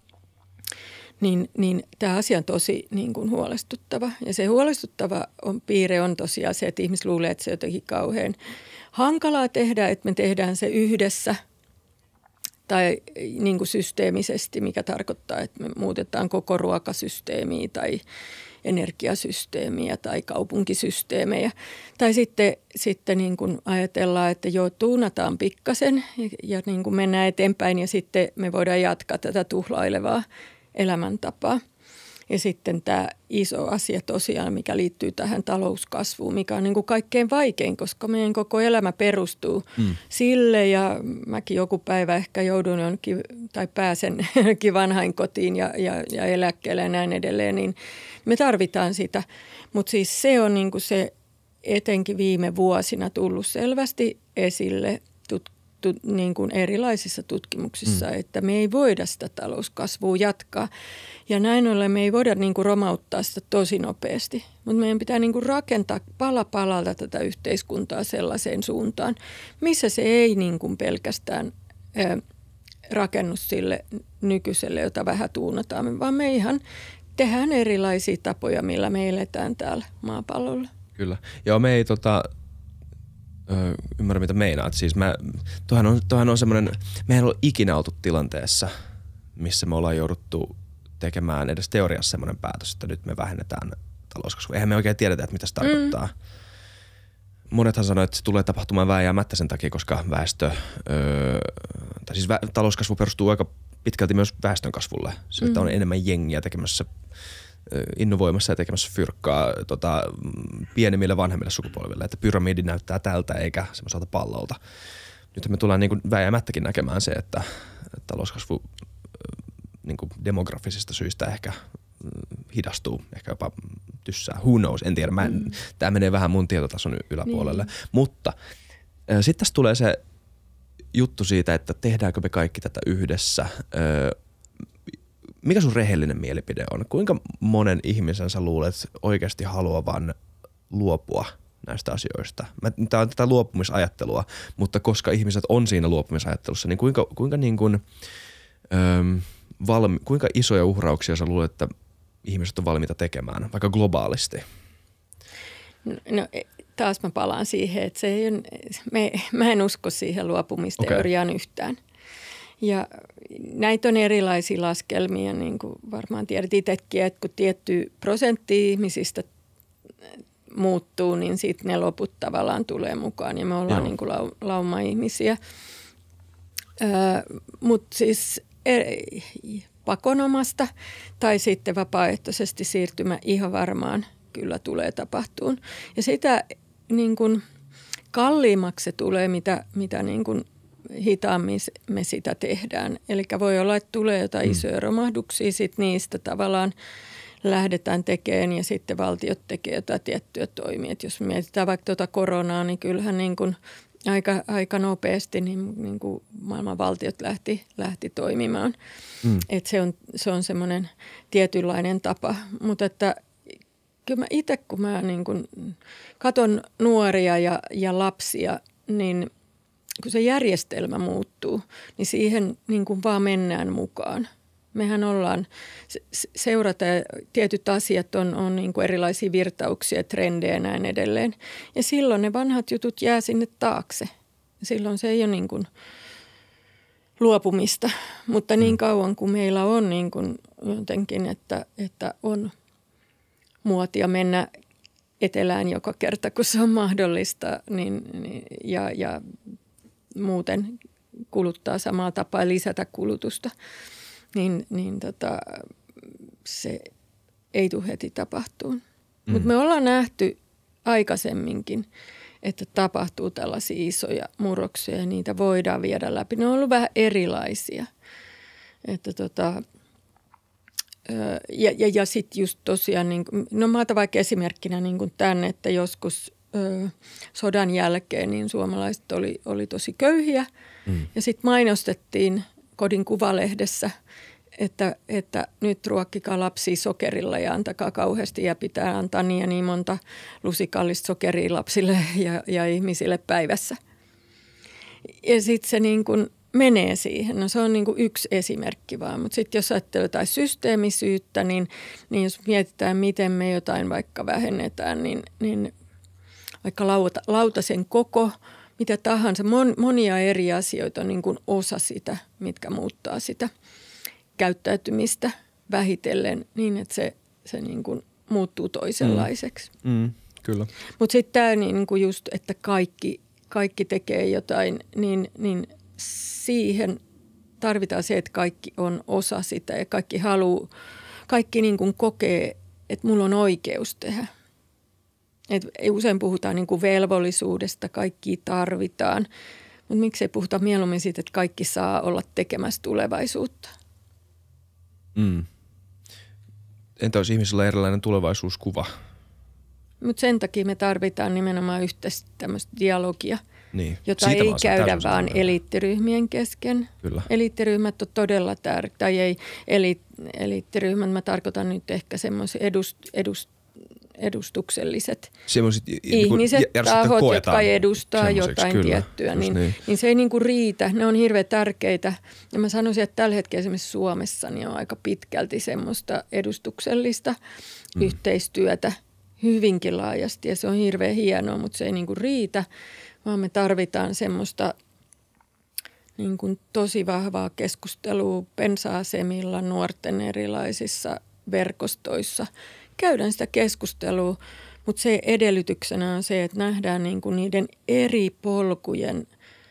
Niin tämä asia on tosi niin kuin huolestuttava. Ja se huolestuttava piirre on tosiaan se, että ihmiset luulee, että se on jotenkin kauhean hankalaa tehdä, että me tehdään se yhdessä tai niin kuin systeemisesti, mikä tarkoittaa, että me muutetaan koko ruokasysteemiä tai energiasysteemiä tai kaupunkisysteemejä. Tai sitten niin kuin ajatellaan, että joo, tuunataan pikkasen ja niin kuin mennään eteenpäin ja sitten me voidaan jatkaa tätä tuhlailevaa elämäntapaa. Ja sitten tämä iso asia tosiaan, mikä liittyy tähän talouskasvuun, mikä on niin kuin kaikkein vaikein, koska meidän koko elämä perustuu sille. Ja mäkin joku päivä ehkä joudun jonnekin tai pääsen jonnekin vanhainkotiin ja eläkkeelle ja näin edelleen, niin me tarvitaan sitä. Mutta siis se on niin kuin se etenkin viime vuosina tullut selvästi esille niin kuin erilaisissa tutkimuksissa, että me ei voida sitä talouskasvua jatkaa. Ja näin ollen me ei voida niin kuin romauttaa sitä tosi nopeasti, mutta meidän pitää niin kuin rakentaa pala palalta tätä yhteiskuntaa sellaiseen suuntaan, missä se ei niin kuin pelkästään rakennu sille nykyiselle, jota vähän tuunataan, vaan me ihan tehdään erilaisia tapoja, millä me eletään täällä maapallolla. Kyllä. Joo, me ei ymmärrä mitä meinaat. Siis toihan on semmoinen, me ei ole ikinä oltu tilanteessa, missä me ollaan jouduttu tekemään edes teoriassa semmoinen päätös, että nyt me vähennetään talouskasvua. Eihän me oikein tiedetä, että mitä se tarkoittaa. Monethan sanoo, että se tulee tapahtumaan vääjäämättä sen takia, koska talouskasvu perustuu aika pitkälti myös väestönkasvulle. Se, että on enemmän jengiä tekemässä, innovoimassa ja tekemässä fyrkkaa pienemmille vanhemmille sukupolville. Että pyramidi näyttää tältä eikä semmoiselta pallolta. Nyt me tullaan niin kuin vääjäämättäkin näkemään se, että talouskasvu niin kuin demografisista syistä ehkä hidastuu, ehkä jopa tyssää. Who knows, en tiedä. Tämä menee vähän mun tietotason yläpuolelle. Mutta sitten tässä tulee se juttu siitä, että tehdäänkö me kaikki tätä yhdessä. Mikä sun rehellinen mielipide on? Kuinka monen ihmisen sä luulet oikeasti haluavan luopua näistä asioista? Tämä on tätä luopumisajattelua, mutta koska ihmiset on siinä luopumisajattelussa, niin kuinka isoja uhrauksia sä luulet, että ihmiset on valmiita tekemään, vaikka globaalisti? No taas mä palaan siihen, että se ei ole, mä en usko siihen luopumisteoriaan yhtään. Ja näitä on erilaisia laskelmia, niin kuin varmaan tiedät itsekin, että kun tietty prosentti ihmisistä muuttuu, niin sitten ne loput tavallaan tulee mukaan ja me ollaan niin kuin lauma-ihmisiä. Mutta siis pakonomasta tai sitten vapaaehtoisesti siirtymä ihan varmaan kyllä tulee tapahtumaan. Ja sitä niin kuin kalliimmaksi se tulee, mitä niin kuin hitaammin me sitä tehdään. Eli voi olla, että tulee jotain isoja romahduksia, sitten niistä tavallaan lähdetään tekemään ja sitten valtiot tekee jotain tiettyä toimia. Et jos mietitään vaikka tuota koronaa, niin kyllähän niin kuin aika nopeasti niin kuin maailman valtiot lähti toimimaan. Et se on semmoinen tietynlainen tapa, mutta että kyllä mä itse, kun mä niin kuin katon nuoria ja lapsia, niin kun se järjestelmä muuttuu, niin siihen niin kuin vaan mennään mukaan. Mehän ollaan, seurata tietyt asiat on niin kuin erilaisia virtauksia, trendejä ja näin edelleen. Ja silloin ne vanhat jutut jää sinne taakse. Silloin se ei ole niin kuin luopumista, mutta niin kauan kuin meillä on niin kuin jotenkin, että on muotia mennä etelään joka kerta, kun se on mahdollista, ja muuten kuluttaa samaa tapaa lisätä kulutusta, niin se ei tule heti tapahtumaan. Mutta me ollaan nähty aikaisemminkin, että tapahtuu tällaisia isoja murroksia ja niitä voidaan viedä läpi. Ne on ollut vähän erilaisia. Että ja sitten just tosiaan, no mä otan vaikka esimerkkinä niin tämän, että joskus sodan jälkeen niin suomalaiset oli tosi köyhiä. Ja sitten mainostettiin kodin kuvalehdessä, että nyt ruokkikaa lapsia sokerilla ja antakaa kauheasti ja pitää antaa niin ja niin monta lusikallista sokeria lapsille ja ihmisille päivässä. Ja sitten se niin kuin menee siihen. No se on niin kuin yksi esimerkki vaan, mutta sitten jos ajattelee jotain systeemisyyttä, niin jos mietitään, miten me jotain vaikka vähennetään, niin vaikka lautasen koko, mitä tahansa, monia eri asioita on niin kuin osa sitä, mitkä muuttaa sitä käyttäytymistä vähitellen niin, että se niin kuin muuttuu toisenlaiseksi. Kyllä. Mutta sitten tämä niin kuin just, että kaikki tekee jotain, niin siihen tarvitaan se, että kaikki on osa sitä ja kaikki niin kuin kokee, että mulla on oikeus tehdä. Et usein puhutaan niin kuin velvollisuudesta, kaikki tarvitaan, mutta miksei puhuta mieluummin siitä, että kaikki saa olla tekemässä tulevaisuutta. Entä jos ihmisillä on erilainen tulevaisuuskuva? Mutta sen takia me tarvitaan nimenomaan yhteistä tämmöistä dialogia, jota siitä ei käydä vaan eliittiryhmien kesken. Kyllä. Eliittiryhmät on todella tärkeitä, tai ei eliittiryhmät, mä tarkoitan nyt ehkä semmoisia edustukselliset ihmiset, tahot, jotka edustaa jotain kyllä, tiettyä, niin se ei niinku riitä. Ne on hirveän tärkeitä. Ja mä sanoisin, että tällä hetkellä esimerkiksi Suomessa niin on aika pitkälti semmoista edustuksellista yhteistyötä hyvinkin laajasti. Ja se on hirveän hienoa, mutta se ei niinku riitä, vaan me tarvitaan semmoista niin kuin tosi vahvaa keskustelua bensa-asemilla, nuorten erilaisissa verkostoissa. Käydään sitä keskustelua, mutta se edellytyksenä on se, että nähdään niin kuin niiden eri polkujen,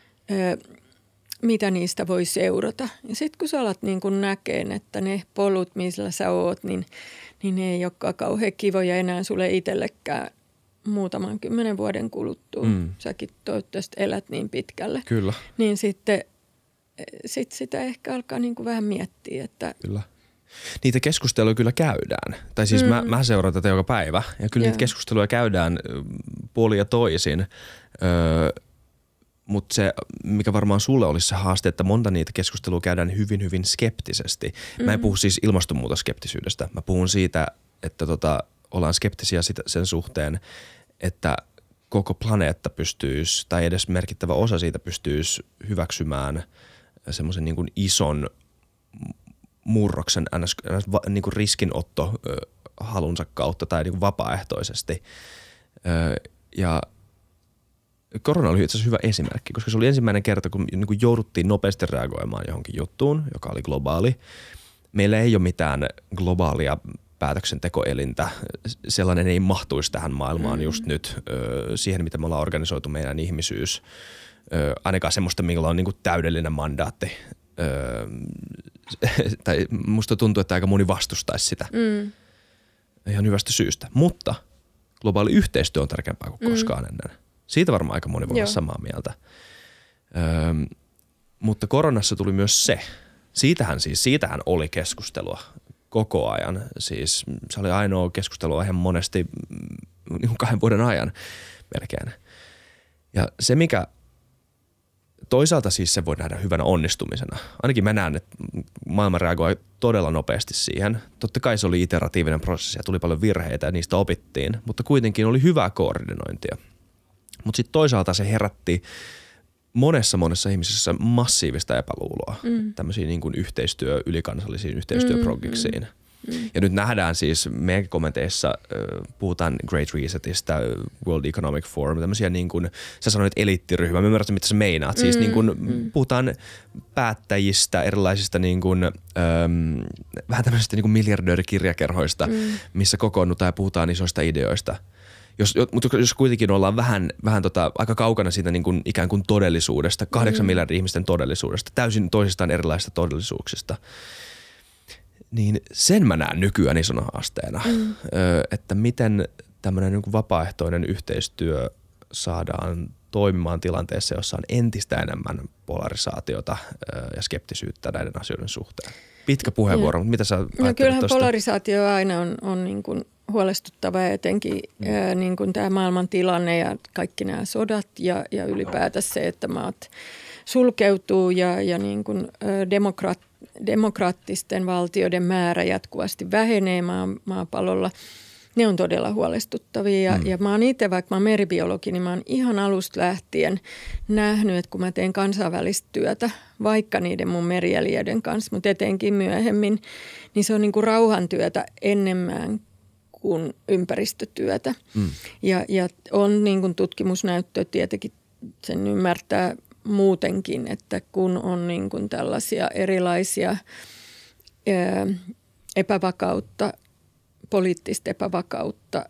mitä niistä voi seurata. Ja sitten kun sä alat niin kuin näkeen, että ne polut, missä sä oot, niin ne ei olekaan kauhean kivoja enää sulle itsellekään muutaman 10 vuoden kuluttua. Säkin toivottavasti elät niin pitkälle. Kyllä. Niin sitten sitä ehkä alkaa niin kuin vähän miettiä, että kyllä. Niitä keskusteluja kyllä käydään. Tai siis mä seuraan tätä joka päivä ja kyllä niitä keskusteluja käydään puolin ja toisin. Mutta se, mikä varmaan sulle olisi se haaste, että monta niitä keskustelua käydään hyvin, hyvin skeptisesti. Mä en puhu siis ilmastonmuutoskeptisyydestä. Mä puhun siitä, että ollaan skeptisiä sen suhteen, että koko planeetta pystyisi, tai edes merkittävä osa siitä pystyisi hyväksymään semmoisen niin kuin ison murroksen, niin kuin riskinotto halunsa kautta tai niin kuin vapaaehtoisesti. Ja korona oli itse asiassa hyvä esimerkki, koska se oli ensimmäinen kerta, kun niin kuin jouduttiin nopeasti reagoimaan johonkin juttuun, joka oli globaali. Meillä ei ole mitään globaalia päätöksentekoelintä. Sellainen ei mahtuisi tähän maailmaan just nyt siihen, mitä me ollaan organisoitu meidän ihmisyys. Ainakaan semmoista, millä on niin kuin täydellinen mandaatti. Tai musta tuntuu, että aika moni vastustaisi sitä. Ihan hyvästä syystä. Mutta globaali yhteistyö on tärkeämpää kuin koskaan ennen. Siitä varmaan aika moni voi olla samaa mieltä. Mutta koronassa tuli myös se. Siitähän oli keskustelua koko ajan. Siis se oli ainoa keskusteluaihe monesti niin 2 vuoden ajan melkein. Ja se, mikä toisaalta siis se voi nähdä hyvänä onnistumisena. Ainakin mä näen, että maailma reagoi todella nopeasti siihen. Totta kai se oli iteratiivinen prosessi ja tuli paljon virheitä ja niistä opittiin, mutta kuitenkin oli hyvää koordinointia. Mutta sitten toisaalta se herätti monessa ihmisessä massiivista epäluuloa tämmöisiin niin kuin ylikansallisiin yhteistyöprojekteihin. Ja nyt nähdään siis meidän kommenteissa, puhutaan Great Resetistä, World Economic Forum, tämmöisiä niin kuin, sä sanoit eliittiryhmä, mä ymmärrän, mitä sä meinaat. Siis niin kuin, puhutaan päättäjistä, erilaisista niin kuin, vähän tämmöisistä niin kuin miljardöörikirjakerhoista, missä kokoonnutaan ja puhutaan isoista ideoista. Mutta jos kuitenkin ollaan vähän aika kaukana siitä niin kuin ikään kuin todellisuudesta, 8 miljardin ihmisten todellisuudesta, täysin toisistaan erilaisista todellisuuksista, niin sen mä näen nykyään isona haasteena, että miten tämmöinen niin kuin vapaaehtoinen yhteistyö saadaan toimimaan tilanteessa, jossa on entistä enemmän polarisaatiota ja skeptisyyttä näiden asioiden suhteen. Pitkä puheenvuoro, mutta mitä sä ajattelet kyllähän tosta? polarisaatio aina on niin kuin huolestuttava, etenkin niin kuin tämä maailman tilanne ja kaikki nämä sodat ja ylipäätänsä se, että maat sulkeutuu ja niin kuin demokraattisten valtioiden määrä jatkuvasti vähenee maapallolla. Ne on todella huolestuttavia ja mä oon itse, vaikka mä oon meribiologi, niin mä oon ihan alusta lähtien nähnyt, että kun mä teen kansainvälistä työtä, vaikka niiden mun merieliöiden kanssa, mutta etenkin myöhemmin, niin se on niin kuin rauhantyötä enemmän kuin ympäristötyötä. Ja on niin kuin tutkimusnäyttö, tietenkin sen ymmärtää muutenkin, että kun on niin kuin tällaisia erilaisia epävakautta, poliittista epävakautta,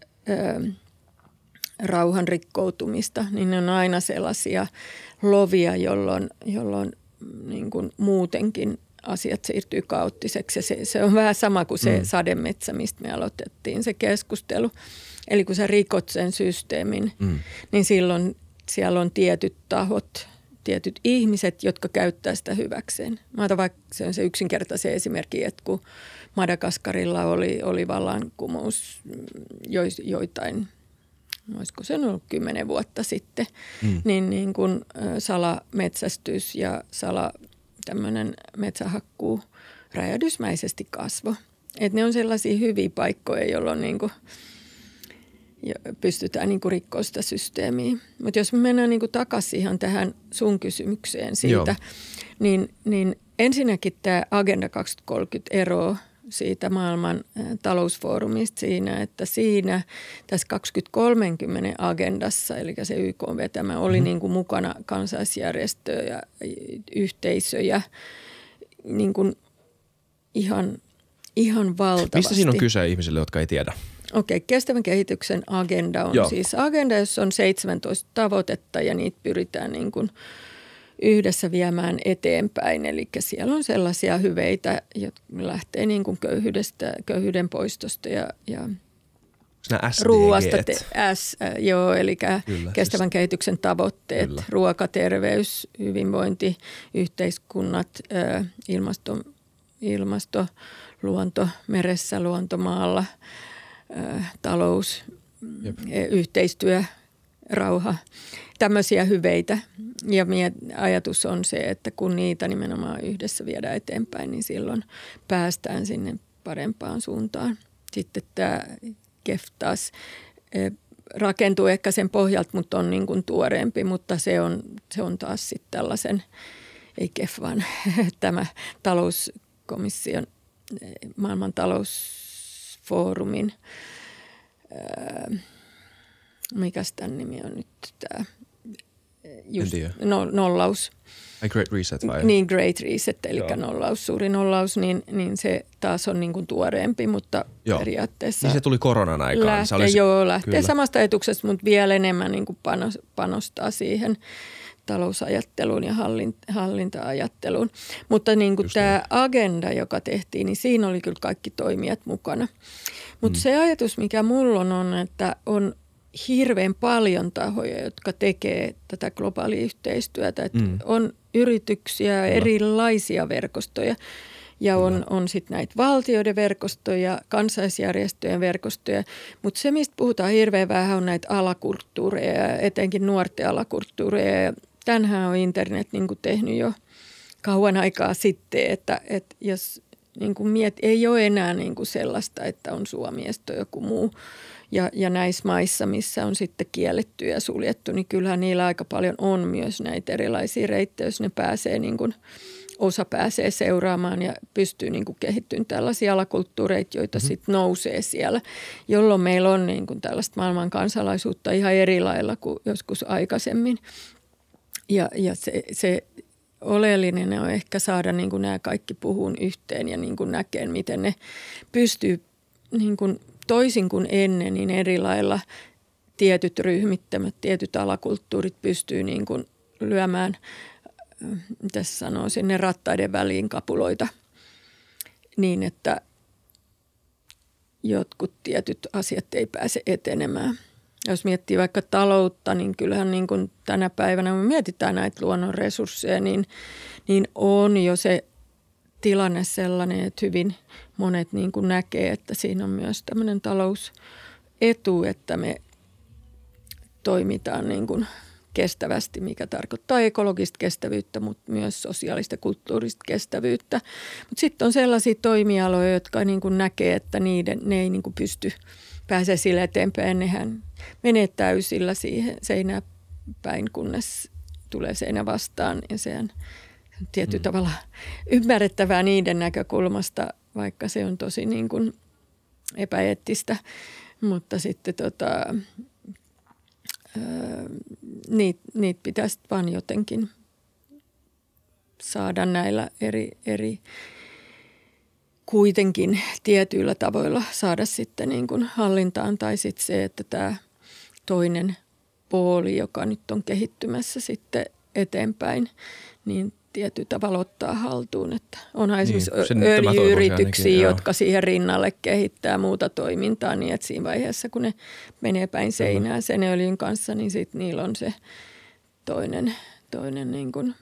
rauhan rikkoutumista, niin ne on aina sellaisia lovia, jolloin niin kuin muutenkin asiat siirtyy kaoottiseksi. Ja se on vähän sama kuin se sademetsä, mistä me aloitettiin se keskustelu. Eli kun sä rikot sen systeemin, niin silloin siellä on tietyt tahot, tietyt ihmiset, jotka käyttää sitä hyväkseen. Mä otan vaikka se yksinkertaisen esimerkki, että kun Madagaskarilla oli vallankumous joitain, olisiko se ollut 10 vuotta sitten, niin kun salametsästys ja tämmöinen metsähakkuu räjähdysmäisesti kasvoi. Et ne on sellaisia hyviä paikkoja, jolloin niinku pystytään niinku rikkoa sitä systeemiä. Mutta jos me mennään niinku takaisin ihan tähän sun kysymykseen siitä, niin ensinnäkin tämä Agenda 2030 eroaa siitä maailman talousfoorumista siinä, että siinä tässä 2030 agendassa, eli se YK vetämä, oli niin kuin mukana kansalaisjärjestöjä ja yhteisöjä niin kuin ihan valtavasti. Mistä siinä on kyse ihmisille, jotka ei tiedä? Okei, kestävän kehityksen agenda on siis agenda, jossa on 17 tavoitetta ja niitä pyritään niin kuin yhdessä viemään eteenpäin. Eli siellä on sellaisia hyveitä, jotka lähtee niin kuin köyhyyden poistosta ja ruoasta. Eli kestävän kehityksen tavoitteet, ruoka, terveys, hyvinvointi, yhteiskunnat, ilmasto, luonto, meressä, luontomaalla, talous, yhteistyö, rauha. Tämmöisiä hyveitä ja ajatus on se, että kun niitä nimenomaan yhdessä viedään eteenpäin, niin silloin päästään sinne parempaan suuntaan. Sitten tämä KEF taas rakentuu ehkä sen pohjalta, mutta on niin kuin tuoreempi, mutta se on taas sitten tällaisen, ei KEF vaan tämä talouskomission, maailman talousfoorumin, mikäs tämän nimi on nyt tämä? Nollaus. Great Reset vai? Niin, Great Reset, eli nollaus, suuri nollaus, niin se taas on niin kuin tuoreempi, mutta periaatteessa niin se tuli koronan aikaan. Lähtee samasta ajatuksesta, mutta vielä enemmän niin kuin panostaa siihen talousajatteluun ja hallinta-ajatteluun. Mutta niin kuin tämä agenda, joka tehtiin, niin siinä oli kyllä kaikki toimijat mukana. Mutta se ajatus, mikä mulla on, että on hirveän paljon tahoja, jotka tekee tätä globaalia yhteistyötä. On yrityksiä, erilaisia verkostoja ja on sitten näitä valtioiden verkostoja, kansaisjärjestöjen verkostoja. Mutta se, mistä puhutaan hirveän vähän, on näitä alakulttuureja, etenkin nuorten alakulttuureja. Tänhän on internet niin kuin tehnyt jo kauan aikaa sitten, että jos niin kuin ei ole enää niin kuin sellaista, että on Suomi ja sitten joku muu. Ja näissä maissa, missä on sitten kielletty ja suljettu, niin kyllähän niillä aika paljon on myös näitä erilaisia reittejä, jos ne pääsee niin kuin, osa pääsee seuraamaan ja pystyy niin kuin kehittymään tällaisia alakulttuureita, joita sitten nousee siellä, jolloin meillä on niin kuin tällaista maailman kansalaisuutta ihan eri lailla kuin joskus aikaisemmin. Ja se oleellinen on ehkä saada niin kuin nämä kaikki puhuun yhteen ja niin kuin näkeen, miten ne pystyy niin kuin toisin kuin ennen, niin eri lailla tietyt ryhmittämät, tietyt alakulttuurit pystyy niin kuin lyömään, mitä sanoo, sinne rattaiden väliin kapuloita niin, että jotkut tietyt asiat ei pääse etenemään. Jos miettii vaikka taloutta, niin kyllähän niin kuin tänä päivänä, kun me mietitään näitä luonnon resursseja, niin on jo se tilanne sellainen, että hyvin monet niin kuin näkee, että siinä on myös tämmöinen talousetu, että me toimitaan niin kuin kestävästi, mikä tarkoittaa ekologista kestävyyttä, mutta myös sosiaalista ja kulttuurista kestävyyttä. Mutta sitten on sellaisia toimialoja, jotka niin kuin näkee, että ne ei niin kuin pysty pääsemään sille eteenpäin. Nehän menee täysillä siihen seinään päin, kunnes tulee seinä vastaan ja sehän tietyllä tavalla ymmärrettävää niiden näkökulmasta, vaikka se on tosi niin kuin epäeettistä, mutta sitten niitä pitäisi vaan jotenkin saada näillä eri kuitenkin tietyillä tavoilla saada sitten niin kuin hallintaan, tai sitten se, että tämä toinen puoli, joka nyt on kehittymässä sitten eteenpäin, niin tietyllä tavalla ottaa haltuun, että onhan esimerkiksi öljy-yrityksiä, jotka siihen rinnalle kehittää muuta toimintaa niin, että siinä vaiheessa, kun ne menee päin seinää sen öljyn kanssa, niin sitten niillä on se toinen niin kuin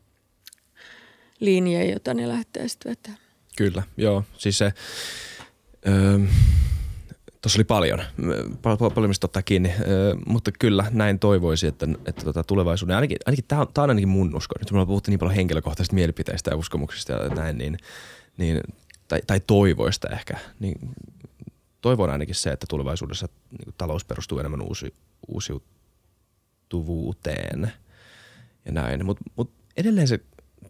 linja, jota ne lähtee sitten vetämään. Kyllä, joo. Siis se, tuossa oli paljon mistä ottaa kiinni, mutta kyllä näin toivoisin, että tulevaisuuden, ainakin tämä on ainakin mun usko. Nyt me puhuttiin niin paljon henkilökohtaisista mielipiteistä ja uskomuksista ja näin, tai toivoista ehkä, niin toivon ainakin se, että tulevaisuudessa niin talous perustuu enemmän uusiutuvuuteen ja näin. Mut edelleen se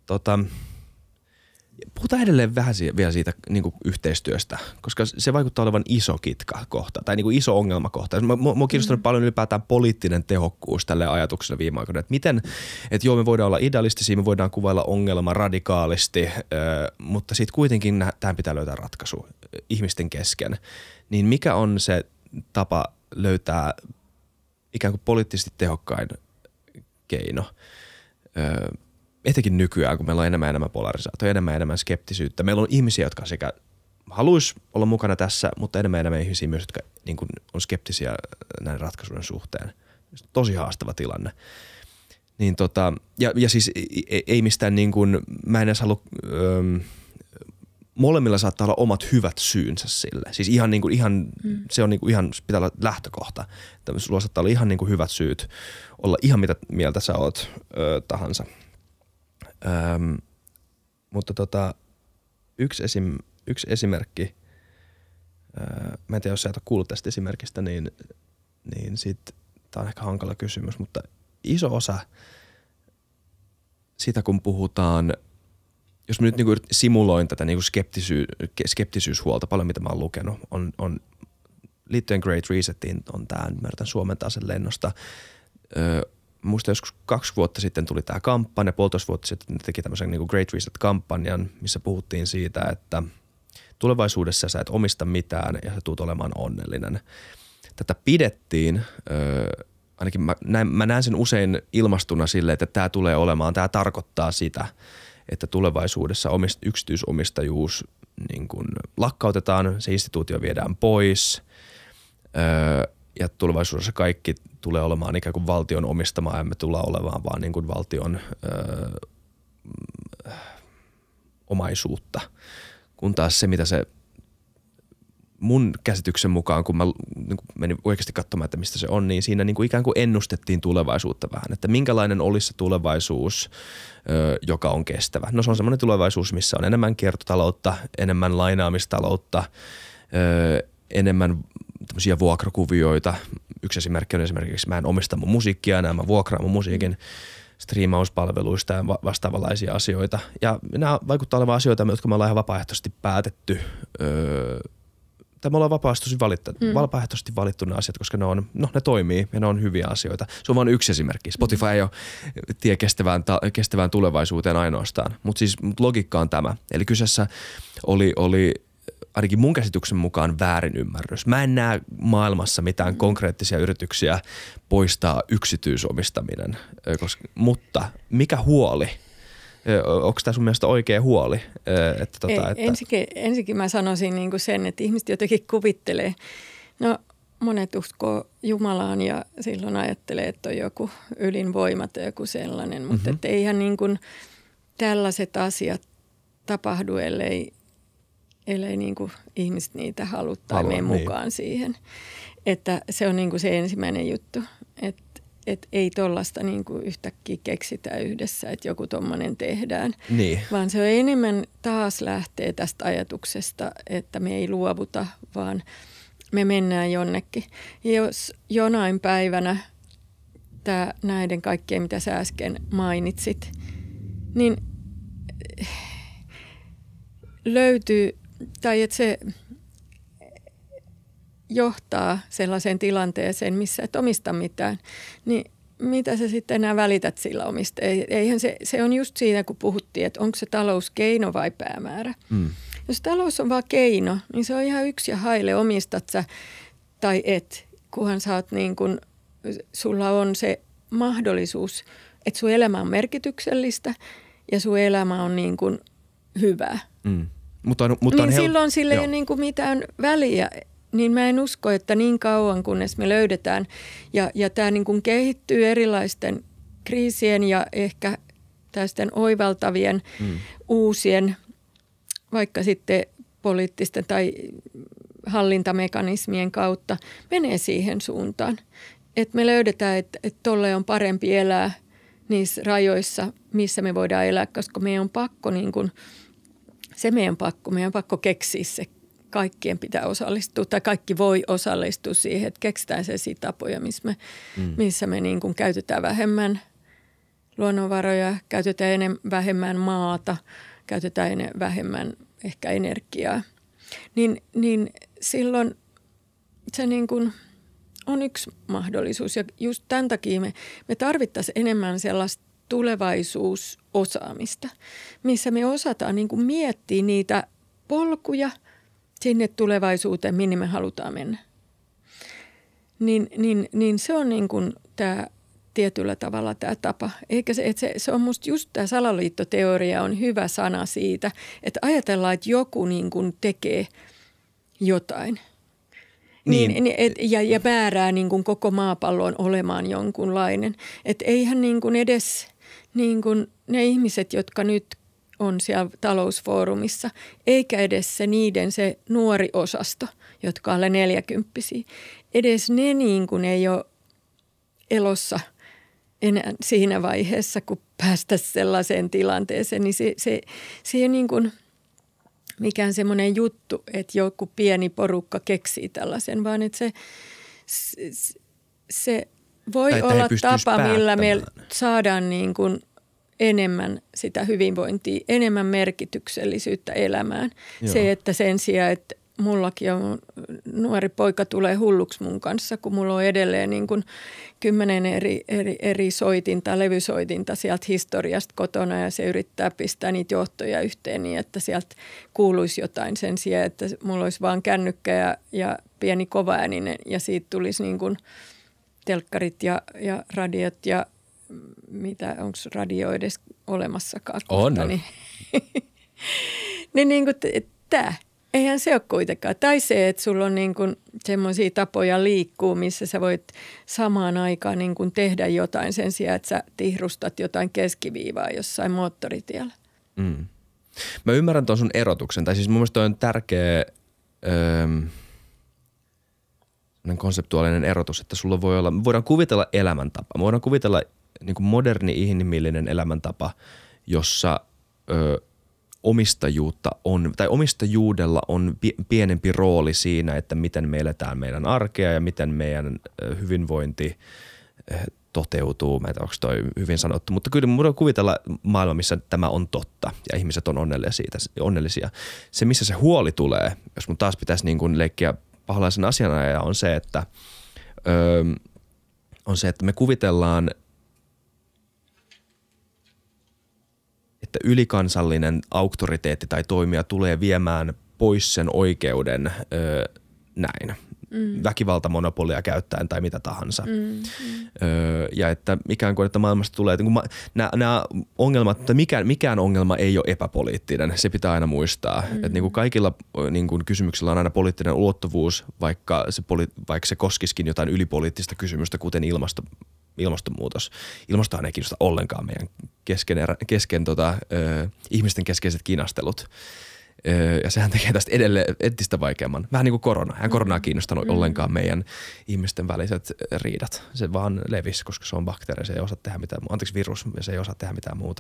puhutaan edelleen vähän vielä siitä niin kuin yhteistyöstä, koska se vaikuttaa olevan iso kitka kohta tai niin kuin iso ongelmakohta. Mua on kiinnostunut paljon ylipäätään poliittinen tehokkuus tälle ajatukselle viime aikoina, että miten, että joo me voidaan olla idealistisia, me voidaan kuvailla ongelma radikaalisti, mutta sitten kuitenkin tähän pitää löytää ratkaisu ihmisten kesken. Niin mikä on se tapa löytää ikään kuin poliittisesti tehokkain keino? Etenkin nykyään, kun meillä on enemmän polarisaatioa, enemmän skeptisyyttä. Meillä on ihmisiä, jotka sekä haluaisi olla mukana tässä, mutta enemmän ihmisiä myös, jotka niin kuin on skeptisiä näiden ratkaisujen suhteen. Tosi haastava tilanne. Niin ja siis ei mistään niin kuin, mä en edes halua, molemmilla saattaa olla omat hyvät syynsä sille. Siis se on niin kuin ihan, pitää olla lähtökohta. Että sulla saattaa olla ihan niin kuin hyvät syyt olla ihan mitä mieltä sä oot tahansa. Mutta yksi esimerkki, mä en tiedä, jos sä et ole kuullut tästä esimerkistä, niin sit tää on ehkä hankala kysymys, mutta iso osa sitä, kun puhutaan, jos mä nyt niinku simuloin tätä niinku skeptisyyshuolta, paljon mitä mä oon lukenut, on liittyen Great Resetiin, on tää, mä yritän suomentaa sen lennosta, muista joskus 2 vuotta sitten tuli tämä kampanja, 1,5 vuotta sitten ne teki tämmöisen niin kuin Great Reset-kampanjan, missä puhuttiin siitä, että tulevaisuudessa sä et omista mitään ja sä tulet olemaan onnellinen. Tätä pidettiin, ainakin mä näen sen usein ilmastuna sille, että tämä tulee olemaan, tämä tarkoittaa sitä, että tulevaisuudessa yksityisomistajuus niin kuin lakkautetaan, se instituutio viedään pois ja tulevaisuudessa kaikki tulee olemaan ikään kuin valtion omistamaa, emme tule olemaan vaan niin kuin valtion omaisuutta. Kun taas se, mitä se mun käsityksen mukaan, kun mä niin kun menin oikeasti katsomaan, että mistä se on, niin siinä niin kuin ikään kuin ennustettiin tulevaisuutta vähän, että minkälainen olisi se tulevaisuus, joka on kestävä. No se on semmoinen tulevaisuus, missä on enemmän kiertotaloutta, enemmän lainaamistaloutta, enemmän tämmöisiä vuokrakuvioita. Yksi esimerkki on esimerkiksi, mä en omista mun musiikkia enää, mä vuokraan mun musiikin striimauspalveluista ja vastaavanlaisia asioita. Ja nämä vaikuttaa olevan asioita, jotka me ollaan ihan vapaaehtoisesti päätetty, tai me ollaan vapaaehtoisesti valittu ne asiat, koska ne toimii ja ne on hyviä asioita. Se on vain yksi esimerkki. Spotify ei ole tie kestävään tulevaisuuteen ainoastaan, mutta siis logiikka on tämä. Eli kyseessä oli ainakin mun käsityksen mukaan väärinymmärrys. Mä en näe maailmassa mitään konkreettisia yrityksiä poistaa yksityisomistaminen, mutta mikä huoli? Onko tämä sun mielestä oikea huoli? Ensinnäkin mä sanoisin niin kuin sen, että ihmiset jotenkin kuvittelee, no monet uskoo Jumalaan ja silloin ajattelee, että on joku ylinvoima tai joku sellainen, mutta että eihän niin kuin tällaiset asiat tapahdu, ellei niin kuin ihmiset niitä halua tai mene mukaan siihen. Että se on niin kuin se ensimmäinen juttu, että ei tollaista niin kuin yhtäkkiä keksitä yhdessä, että joku tommoinen tehdään. Niin. Vaan se on enemmän taas lähtee tästä ajatuksesta, että me ei luovuta, vaan me mennään jonnekin. Ja jos jonain päivänä näiden kaikkien, mitä sä äsken mainitsit, niin löytyy, tai että se johtaa sellaiseen tilanteeseen, missä et omista mitään, niin mitä sä sitten enää välität sillä omista? Eihän se on just siinä, kun puhuttiin, että onko se talous keino vai päämäärä. Jos talous on vaan keino, niin se on ihan yksi ja haile, omistat sä tai et, kunhan sä oot niin kun, sulla on se mahdollisuus, että sun elämä on merkityksellistä ja sun elämä on niin kun hyvä. Mutta niin silloin sillä ei ole niin kuin mitään väliä. Niin mä en usko, että niin kauan kunnes me löydetään ja tämä niin kuin kehittyy erilaisten kriisien ja ehkä tästä oivaltavien uusien, vaikka sitten poliittisten tai hallintamekanismien kautta menee siihen suuntaan. Että me löydetään, että tolle on parempi elää niissä rajoissa, missä me voidaan elää, koska meidän on pakko niin kuin, meidän on pakko keksiä se. Kaikkien pitää osallistua tai kaikki voi osallistua siihen, että keksitään sellaisia tapoja, missä me niin kuin käytetään vähemmän luonnonvaroja, käytetään vähemmän maata, käytetään vähemmän ehkä energiaa. Niin silloin se niin kuin on yksi mahdollisuus ja just tämän takia me tarvittaisiin enemmän sellaista tulevaisuusosaamista, missä me osataan niin kuin miettiä niitä polkuja sinne tulevaisuuteen, minne me halutaan mennä. Niin se on niin kuin tämä tietyllä tavalla tämä tapa. Eikä se on musta just tämä salaliittoteoria on hyvä sana siitä, että ajatellaan, että joku niin kuin tekee jotain. Ja määrää niin kuin koko maapallon olemaan jonkunlainen. Että eihän niin kuin edes niin kuin ne ihmiset, jotka nyt on siellä talousfoorumissa, eikä edes se nuori osasto, jotka on alle 40-vuotiaita. Edes ne niin kuin ei ole elossa enää siinä vaiheessa, kun päästäisiin sellaiseen tilanteeseen, niin se ei niin kuin mikään semmoinen juttu, että joku pieni porukka keksii tällaisen, vaan että se voi olla tapa, millä me saadaan niin kuin enemmän sitä hyvinvointia, enemmän merkityksellisyyttä elämään. Joo. Se, että sen sijaan, että mullakin on nuori poika tulee hulluksi mun kanssa, kun mulla on edelleen niin kuin 10 eri soitinta, levysoitinta sieltä historiasta kotona ja se yrittää pistää niitä johtoja yhteen niin, että sieltä kuuluisi jotain sen sijaan, että mulla olisi vaan kännykkä ja pieni kovaääninen ja siitä tulisi niin kuin telkkarit ja radiot ja mitä, onko radio edes olemassakaan? On. niin kuin tämä. Eihän se ole kuitenkaan. Tai se, että sulla on niin kuin semmoisia tapoja liikkuu, missä sä voit samaan aikaan niin kuin tehdä jotain sen sijaan, että sä tihrustat jotain keskiviivaa jossain moottoritiellä. Mä ymmärrän tuon sun erotuksen. Tai siis mun mielestä toi on tärkeä konseptuaalinen erotus, että sulla voi olla, voidaan kuvitella elämäntapa. Me voidaan kuvitella niin kuin moderni inhimillinen elämäntapa, jossa omistajuutta on, tai omistajuudella on pienempi rooli siinä, että miten me eletään meidän arkea ja miten meidän hyvinvointi toteutuu. Mä en tiedä, onko toi hyvin sanottu, mutta kyllä me voidaan kuvitella maailma, missä tämä on totta ja ihmiset on onnellisia. Se, missä se huoli tulee, jos mun taas pitäisi niin kuin leikkiä paholaisen asianajaja, on se, että me kuvitellaan, että ylikansallinen auktoriteetti tai toimija tulee viemään pois sen oikeuden näin. Väkivaltamonopolia käyttäen tai mitä tahansa. Ja että ikään kuin, että maailmasta tulee, että nämä ongelmat, että mikään ongelma ei ole epäpoliittinen, se pitää aina muistaa. Että niin kuin kaikilla niin kuin kysymyksillä on aina poliittinen ulottuvuus, vaikka se koskisikin jotain ylipoliittista kysymystä, kuten ilmastonmuutos. Ilmastohan ei kiinnosta ollenkaan meidän ihmisten keskeiset kinastelut. Ja sehän tekee tästä edelleen entistä vaikeamman. Vähän niin kuin korona. Eihän koronaa kiinnostanut ollenkaan meidän ihmisten väliset riidat. Se vaan levisi, koska se on bakteeri. Se ei osaa tehdä mitään, virus, ja se ei osaa tehdä mitään muuta.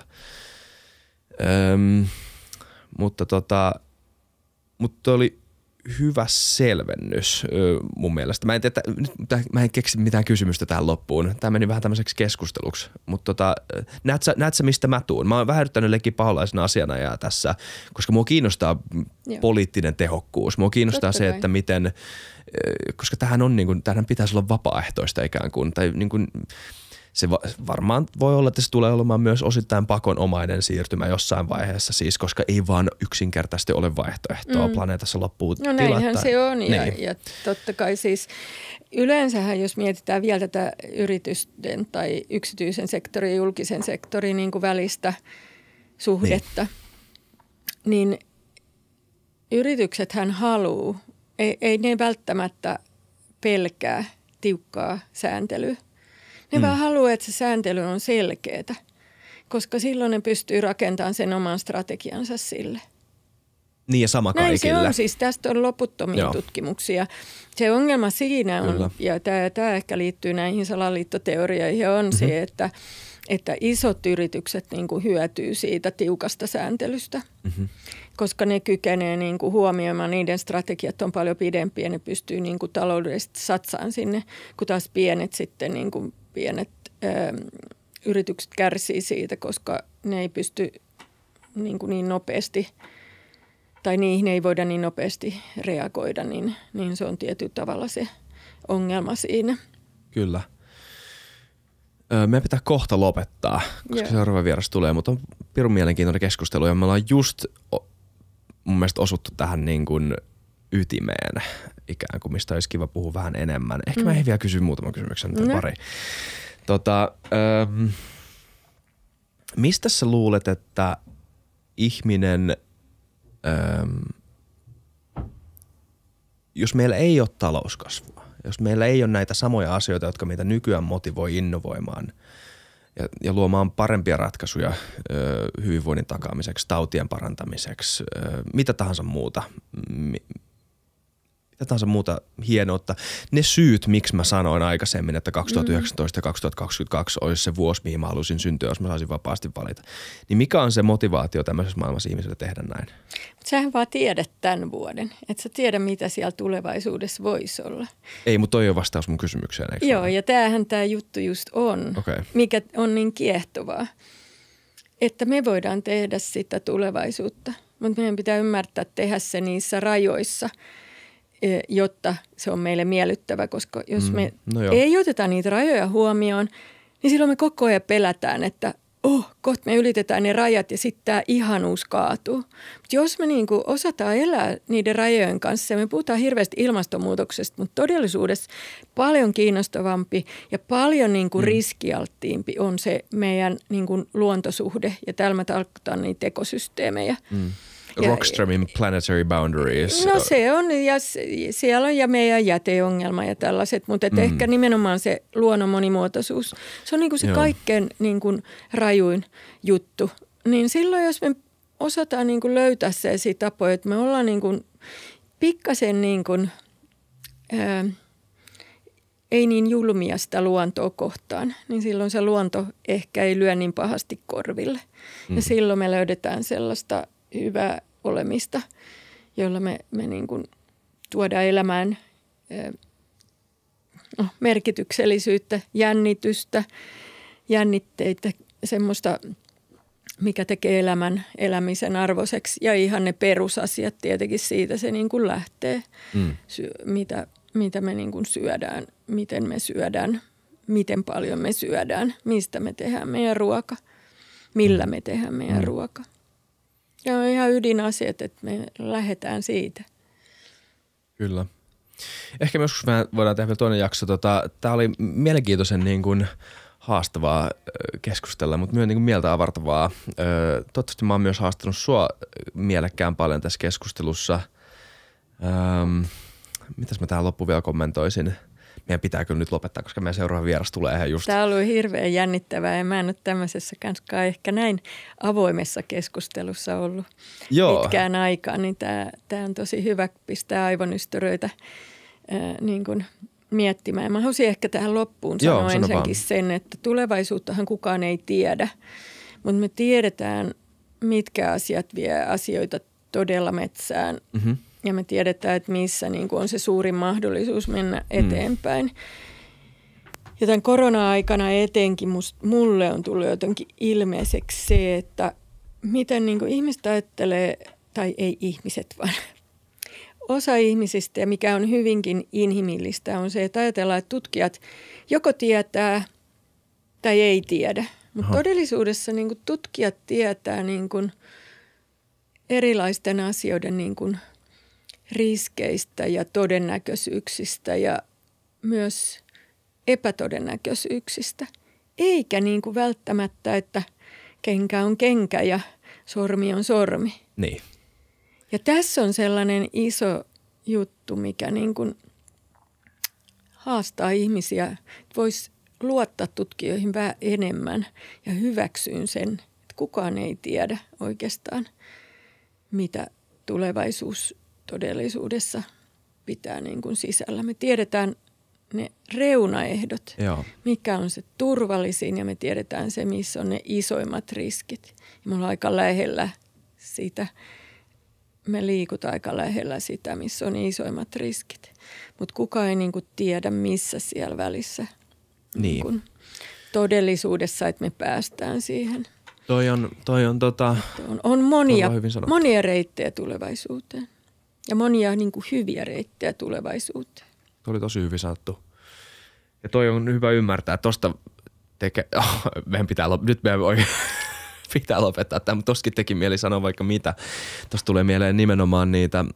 Mutta oli hyvä selvennys mun mielestä. Mä en keksi mitään kysymystä tähän loppuun. Tämä meni vähän tämmöiseksi keskusteluksi. Mutta näet sä, mistä mä tuun? Mä oon vähän yrittänyt leikkiä paholaisena asianajaa tässä, koska mua kiinnostaa poliittinen tehokkuus. Mua kiinnostaa se, että miten, koska tämähän pitäisi olla vapaaehtoista ikään kuin, tai niin kuin, se varmaan voi olla, että se tulee olemaan myös osittain pakonomainen siirtymä jossain vaiheessa siis, koska ei vaan yksinkertaisesti ole vaihtoehtoa. Planeetassa loppuu tilat. No näinhän se on ja totta kai siis yleensähän jos mietitään vielä tätä yritysten tai yksityisen sektorin ja julkisen sektorin niin kuin välistä suhdetta, niin yrityksethän haluaa, ei ne välttämättä pelkää tiukkaa sääntelyä. Ne vaan haluaa, että se sääntely on selkeätä, koska silloin ne pystyy rakentamaan sen oman strategiansa sille. Niin ja sama kaikille. Näin se on siis. Tästä on loputtomia tutkimuksia. Se ongelma siinä on, ja tämä ehkä liittyy näihin salaliittoteorioihin, on se, että isot yritykset niin kuin hyötyy siitä tiukasta sääntelystä, koska ne kykenee niin kuin huomioimaan, niiden strategiat on paljon pidempiä, ne pystyy niin kuin taloudellisesti satsaan sinne, kun taas pienet yritykset kärsii siitä, koska ne ei pysty niin nopeasti tai niihin ei voida niin nopeasti reagoida, niin se on tietyllä tavalla se ongelma siinä. Meidän pitää kohta lopettaa, koska seuraava vieras tulee, mutta on pirun mielenkiintoinen keskustelu ja me ollaan just mun mielestä osuttu tähän niin kuin ytimeen ikään kuin, mistä olisi kiva puhua vähän enemmän. Ehkä mä vielä kysyn muutaman kysymyksen pari. Mistä sä luulet, että ihminen, jos meillä ei ole talouskasvua, jos meillä ei ole näitä samoja asioita, jotka meitä nykyään motivoi innovoimaan ja luomaan parempia ratkaisuja hyvinvoinnin takaamiseksi, tautien parantamiseksi, mitä tahansa muuta hienoutta. Ne syyt, miksi mä sanoin aikaisemmin, että 2019 ja 2022 olisi se vuosi, mihin mä haluaisin syntyä, jos mä saisin vapaasti valita. Niin mikä on se motivaatio tämmöisessä maailmassa ihmiselle tehdä näin? Sähän vaan tiedät tämän vuoden. Et sä tiedä, mitä siellä tulevaisuudessa voisi olla. Ei, mutta toi on vastaus mun kysymykseen, eikö? Joo, ja tämähän tämä juttu just on, mikä on niin kiehtovaa, että me voidaan tehdä sitä tulevaisuutta, mutta meidän pitää ymmärtää tehdä se niissä rajoissa, jotta se on meille miellyttävä, koska jos me ei oteta niitä rajoja huomioon, niin silloin me koko ajan pelätään, että kohta me ylitetään ne rajat ja sitten tämä ihanuus kaatuu. Mutta jos me niinku osataan elää niiden rajojen kanssa, ja me puhutaan hirveästi ilmastonmuutoksesta, mutta todellisuudessa paljon kiinnostavampi ja paljon niinku riskialttiimpi on se meidän niinku luontosuhde, ja täällä mä tarkoitan niitä ekosysteemejä. Rockströmin planetary boundaries. No se on, ja siellä on ja meidän jäteongelma ja tällaiset, mutta ehkä nimenomaan se luonnon monimuotoisuus. Se on niinku se kaikkein niinku rajuin juttu. Niin silloin, jos me osataan niinku löytää sellaisia tapoja, että me ollaan niinku pikkasen niinku, ei niin julmia sitä luontoa kohtaan, niin silloin se luonto ehkä ei lyö niin pahasti korville. Ja silloin me löydetään sellaista hyvää olemista, jolla me niin kuin tuodaan elämään merkityksellisyyttä, jännitystä, jännitteitä, semmoista, mikä tekee elämisen arvoiseksi. Ja ihan ne perusasiat tietenkin siitä se niin kuin lähtee, mitä me niin kuin syödään, miten me syödään, miten paljon me syödään, mistä me tehdään meidän ruoka, millä me tehdään meidän ruoka. Ja on ihan ydinasiat, että me lähdetään siitä. Kyllä. Ehkä me joskus voidaan tehdä vielä toinen jakso. Tämä oli mielenkiintoisen niin kuin haastavaa keskustella, mutta myös niin kuin mieltä avartavaa. Toivottavasti mä oon myös haastanut sua mielekkään paljon tässä keskustelussa. Mitäs mä tähän loppuun vielä kommentoisin? Meidän pitää kyllä nyt lopettaa, koska meidän seuraava vieras tulee ihan just. Tämä on ollut hirveän jännittävää ja mä en ole tämmöisessä kanskaan ehkä näin avoimessa keskustelussa ollut pitkään aikaan. Niin tämä on tosi hyvä pistää aivonystyröitä niin kuin miettimään. Mä haluaisin ehkä tähän loppuun sanoa ensinnäkin sen, että tulevaisuuttahan kukaan ei tiedä, mutta me tiedetään, mitkä asiat vie asioita todella metsään. Mm-hmm. Ja me tiedetään, että missä niin kuin on se suurin mahdollisuus mennä eteenpäin. Ja tämän korona-aikana etenkin mulle on tullut jotenkin ilmeiseksi se, että miten niin kuin ihmiset ajattelee, tai ei ihmiset, vaan osa ihmisistä, ja mikä on hyvinkin inhimillistä, on se, että ajatellaan, että tutkijat joko tietää tai ei tiedä. Mutta todellisuudessa niin kuin tutkijat tietää niin kuin erilaisten asioiden niin kuin riskeistä ja todennäköisyyksistä ja myös epätodennäköisyyksistä. Eikä niin kuin välttämättä, että kenkä on kenkä ja sormi on sormi. Niin. Ja tässä on sellainen iso juttu, mikä niin kuin haastaa ihmisiä, että voisi luottaa tutkijoihin vähän enemmän ja hyväksyyn sen, että kukaan ei tiedä oikeastaan, mitä tulevaisuus todellisuudessa pitää niin kuin sisällä. Me tiedetään ne reunaehdot, mikä on se turvallisin ja me tiedetään se, missä on ne isoimmat riskit. Ja me ollaan aika lähellä sitä. Me liikutaan aika lähellä sitä, missä on isoimmat riskit. Mutta kukaan ei niin kuin tiedä, missä siellä välissä niin. Todellisuudessa, että me päästään siihen. On monia reittejä tulevaisuuteen ja monia niin kuin hyviä reittejä tulevaisuuteen. Tuo oli tosi hyvin sanottu. Ja toi on hyvä ymmärtää. Tosta meidän pitää lopettaa tämä, mutta tossakin teki mieli sanoa vaikka mitä. Tuosta tulee mieleen nimenomaan niitä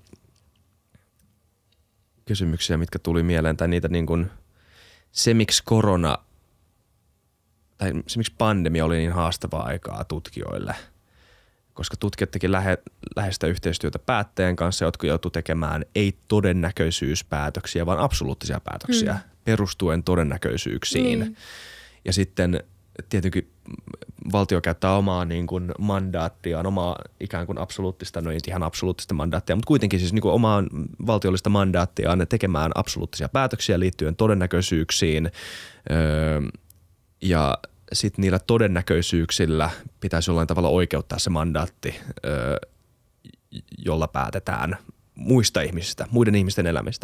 kysymyksiä, mitkä tuli mieleen, tai niitä niin kuin se, miksi korona, tai se, miksi pandemia oli niin haastavaa aikaa tutkijoille. Koska tutkijat teki läheistä yhteistyötä päättäjän kanssa, jotka joutuivat tekemään ei todennäköisyyspäätöksiä, vaan absoluuttisia päätöksiä perustuen todennäköisyyksiin. Niin. Ja sitten tietenkin valtio käyttää omaa niin kuin mandaattiaan, omaa ikään kuin absoluuttista, no ei ihan absoluuttista mandaattia, mutta kuitenkin siis niin kuin omaa valtiollista mandaattiaan tekemään absoluuttisia päätöksiä liittyen todennäköisyyksiin ja sitten niillä todennäköisyyksillä pitäisi jollain tavalla oikeuttaa se mandaatti, jolla päätetään muista ihmisistä, muiden ihmisten elämistä.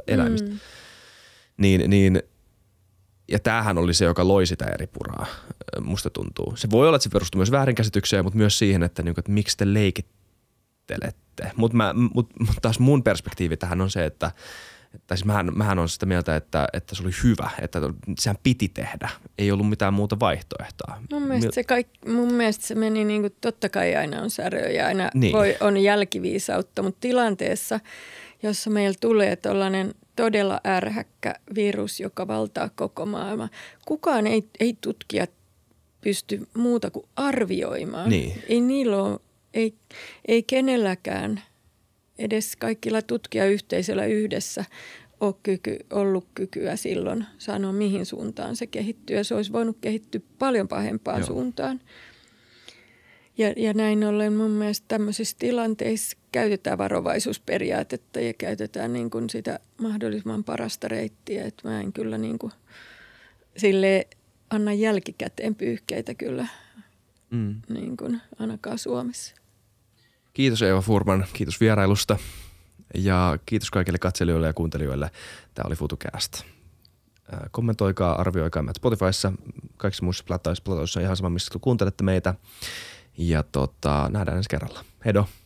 Ja tämähän oli se, joka loi sitä eripuraa, musta tuntuu. Se voi olla, että se perustuu myös väärinkäsitykseen, mutta myös siihen, että miksi te leikittelette. Mutta taas mun perspektiivi tähän on se, että siis mähän on sitä mieltä, että se oli hyvä, että sehän piti tehdä. Ei ollut mitään muuta vaihtoehtoa. Mun mielestä se meni niin kuin, totta kai aina on säröä ja aina on jälkiviisautta, mutta tilanteessa, jossa meillä tulee tollainen todella ärhäkkä virus, joka valtaa koko maailman. Kukaan ei tutkija pysty muuta kuin arvioimaan. Niin. Ei niillä ole, ei kenelläkään, edes kaikilla tutkijayhteisöllä yhdessä ole ollut kykyä silloin sanoa, mihin suuntaan se kehittyy. Ja se olisi voinut kehittyä paljon pahempaan suuntaan. Ja näin ollen mun mielestä tämmöisissä tilanteissa käytetään varovaisuusperiaatetta ja käytetään niin kuin sitä mahdollisimman parasta reittiä. Että mä en kyllä niin kuin sille anna jälkikäteen pyyhkeitä kyllä niin kuin ainakaan Suomessa. Kiitos Eeva Furman, kiitos vierailusta ja kiitos kaikille katselijoille ja kuuntelijoille. Tämä oli FutuCast. Kommentoikaa, arvioikaa meidät Spotifyssa, kaikissa muissa platoissa ihan sama, missä kuuntelette meitä. Ja nähdään ensi kerralla. Heido!